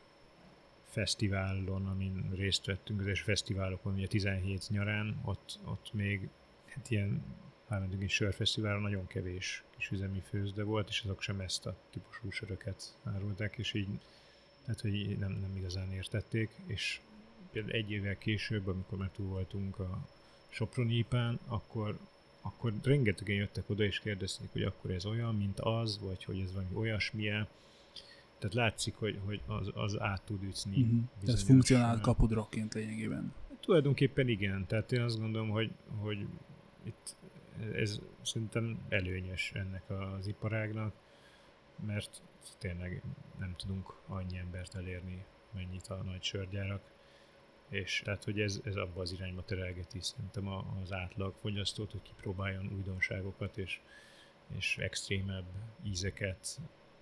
fesztiválon, amin részt vettünk, az első fesztiválokon, ugye tizenhét nyarán, ott, ott még hát ilyen, elmentünk egy sörfesztiválra, nagyon kevés kisüzemi főzde volt, és azok sem ezt a típusú söröket árulták, és így hát, hogy nem, nem igazán értették, és például egy évvel később, amikor már túl voltunk a Soproni i pé á-n, akkor, akkor rengetegen jöttek oda és kérdezték, hogy akkor ez olyan, mint az, vagy hogy ez valami olyasmilyen. Tehát látszik, hogy, hogy az, az át tud ütni. Uh-huh. Ez funkcionál kapudrokként lényegében. Tulajdonképpen igen. Tehát én azt gondolom, hogy, hogy itt ez szerintem előnyös ennek az iparágnak, mert tényleg nem tudunk annyi embert elérni, mennyit a nagy sörgyárak. És tehát, hogy ez, ez abba az irányba terelgeti szerintem az átlag fogyasztót, hogy kipróbáljon újdonságokat, és, és extrémebb ízeket,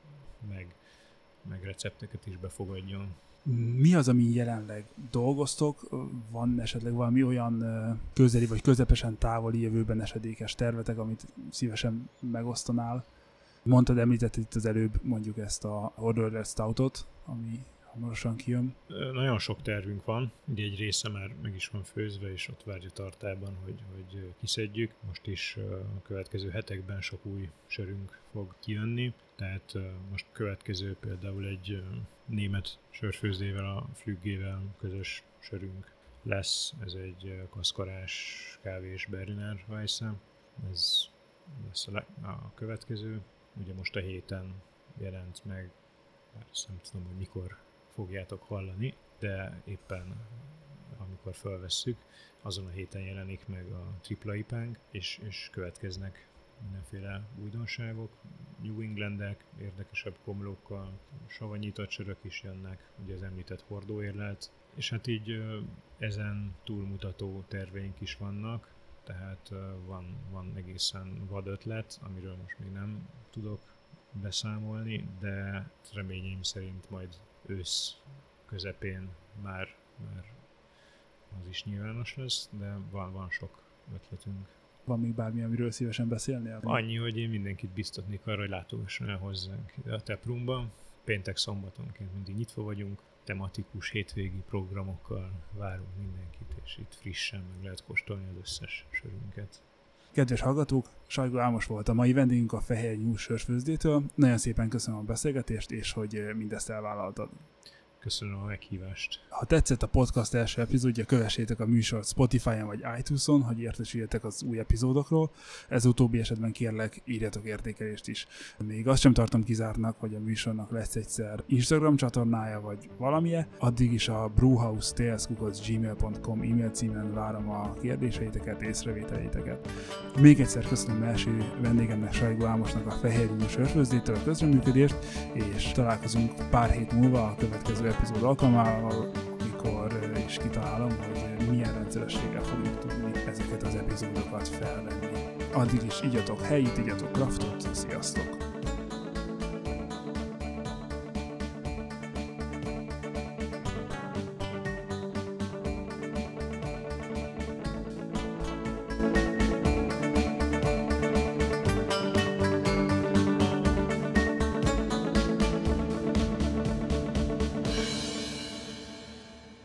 meg, meg recepteket is befogadjon. Mi az, ami jelenleg dolgoztok? Van esetleg valami olyan közeli vagy közepesen távoli jövőben esedékes tervetek, amit szívesen megosztanál? Mondtad, említetted itt az előbb mondjuk ezt a Order Stoutot, ami hamarosan kijön. Nagyon sok tervünk van, ugye egy része már meg is van főzve, és ott várja tartában, hogy, hogy kiszedjük. Most is a következő hetekben sok új sörünk fog kijönni, tehát most következő például egy német sörfőzdével, a Flüggével közös sörünk lesz. Ez egy kaszkarás kávés Berliner Weisse. Ez lesz a, a következő. Ugye most a héten jelent meg, már azt nem tudom, hogy mikor fogjátok hallani, de éppen amikor felvesszük, azon a héten jelenik meg a tripla i pé á-nk, és, és következnek mindenféle újdonságok, New Englandek, érdekesebb komlókkal, savanyított sörök is jönnek, ugye az említett hordóérlelt, és hát így ezen túlmutató terveink is vannak, tehát van, van egészen vad ötlet, amiről most még nem tudok beszámolni, de reményeim szerint majd ősz közepén már, már az is nyilvános lesz, de van, van sok ötletünk. Van még bármi, amiről szívesen beszélnél? Annyi, hogy én mindenkit biztatnék arra, hogy látogasson el hozzánk ide a Taproomba. Péntek szombatonként mindig nyitva vagyunk, tematikus hétvégi programokkal várunk mindenkit, és itt frissen meg lehet kóstolni az összes sörünket. Kedves hallgatók, Sajgó Ámos volt a mai vendégünk a Fehér Nyúl sörfőzdétől. Nagyon szépen köszönöm a beszélgetést, és hogy mindezt elvállaltad. Köszönöm a meghívást. Ha tetszett a podcast első epizódja, kövessétek a műsort Spotify-on vagy iTunes-on, hogy értesüljetek az új epizódokról. Ez utóbbi esetben kérlek, írjatok értékelést is. Még azt sem tartom kizártnak, hogy a műsornak lesz egyszer Instagram csatornája vagy valamilyen. Addig is a brewhouse tales kukac gmail pont com e-mail címen várom a kérdéseiteket, észrevételeiteket. Még egyszer köszönöm első vendégemnek, Sajgó Ámosnak a Fehér Nyúl sörfőzdétől a közreműködést, és találkozunk pár hét múlva a következő epizód alkalmával, amikor is kitalálom, hogy milyen rendszerességgel fogjuk tudni ezeket az epizódokat felvenni. Addig is igyatok helyit, igyatok craftot, sziasztok!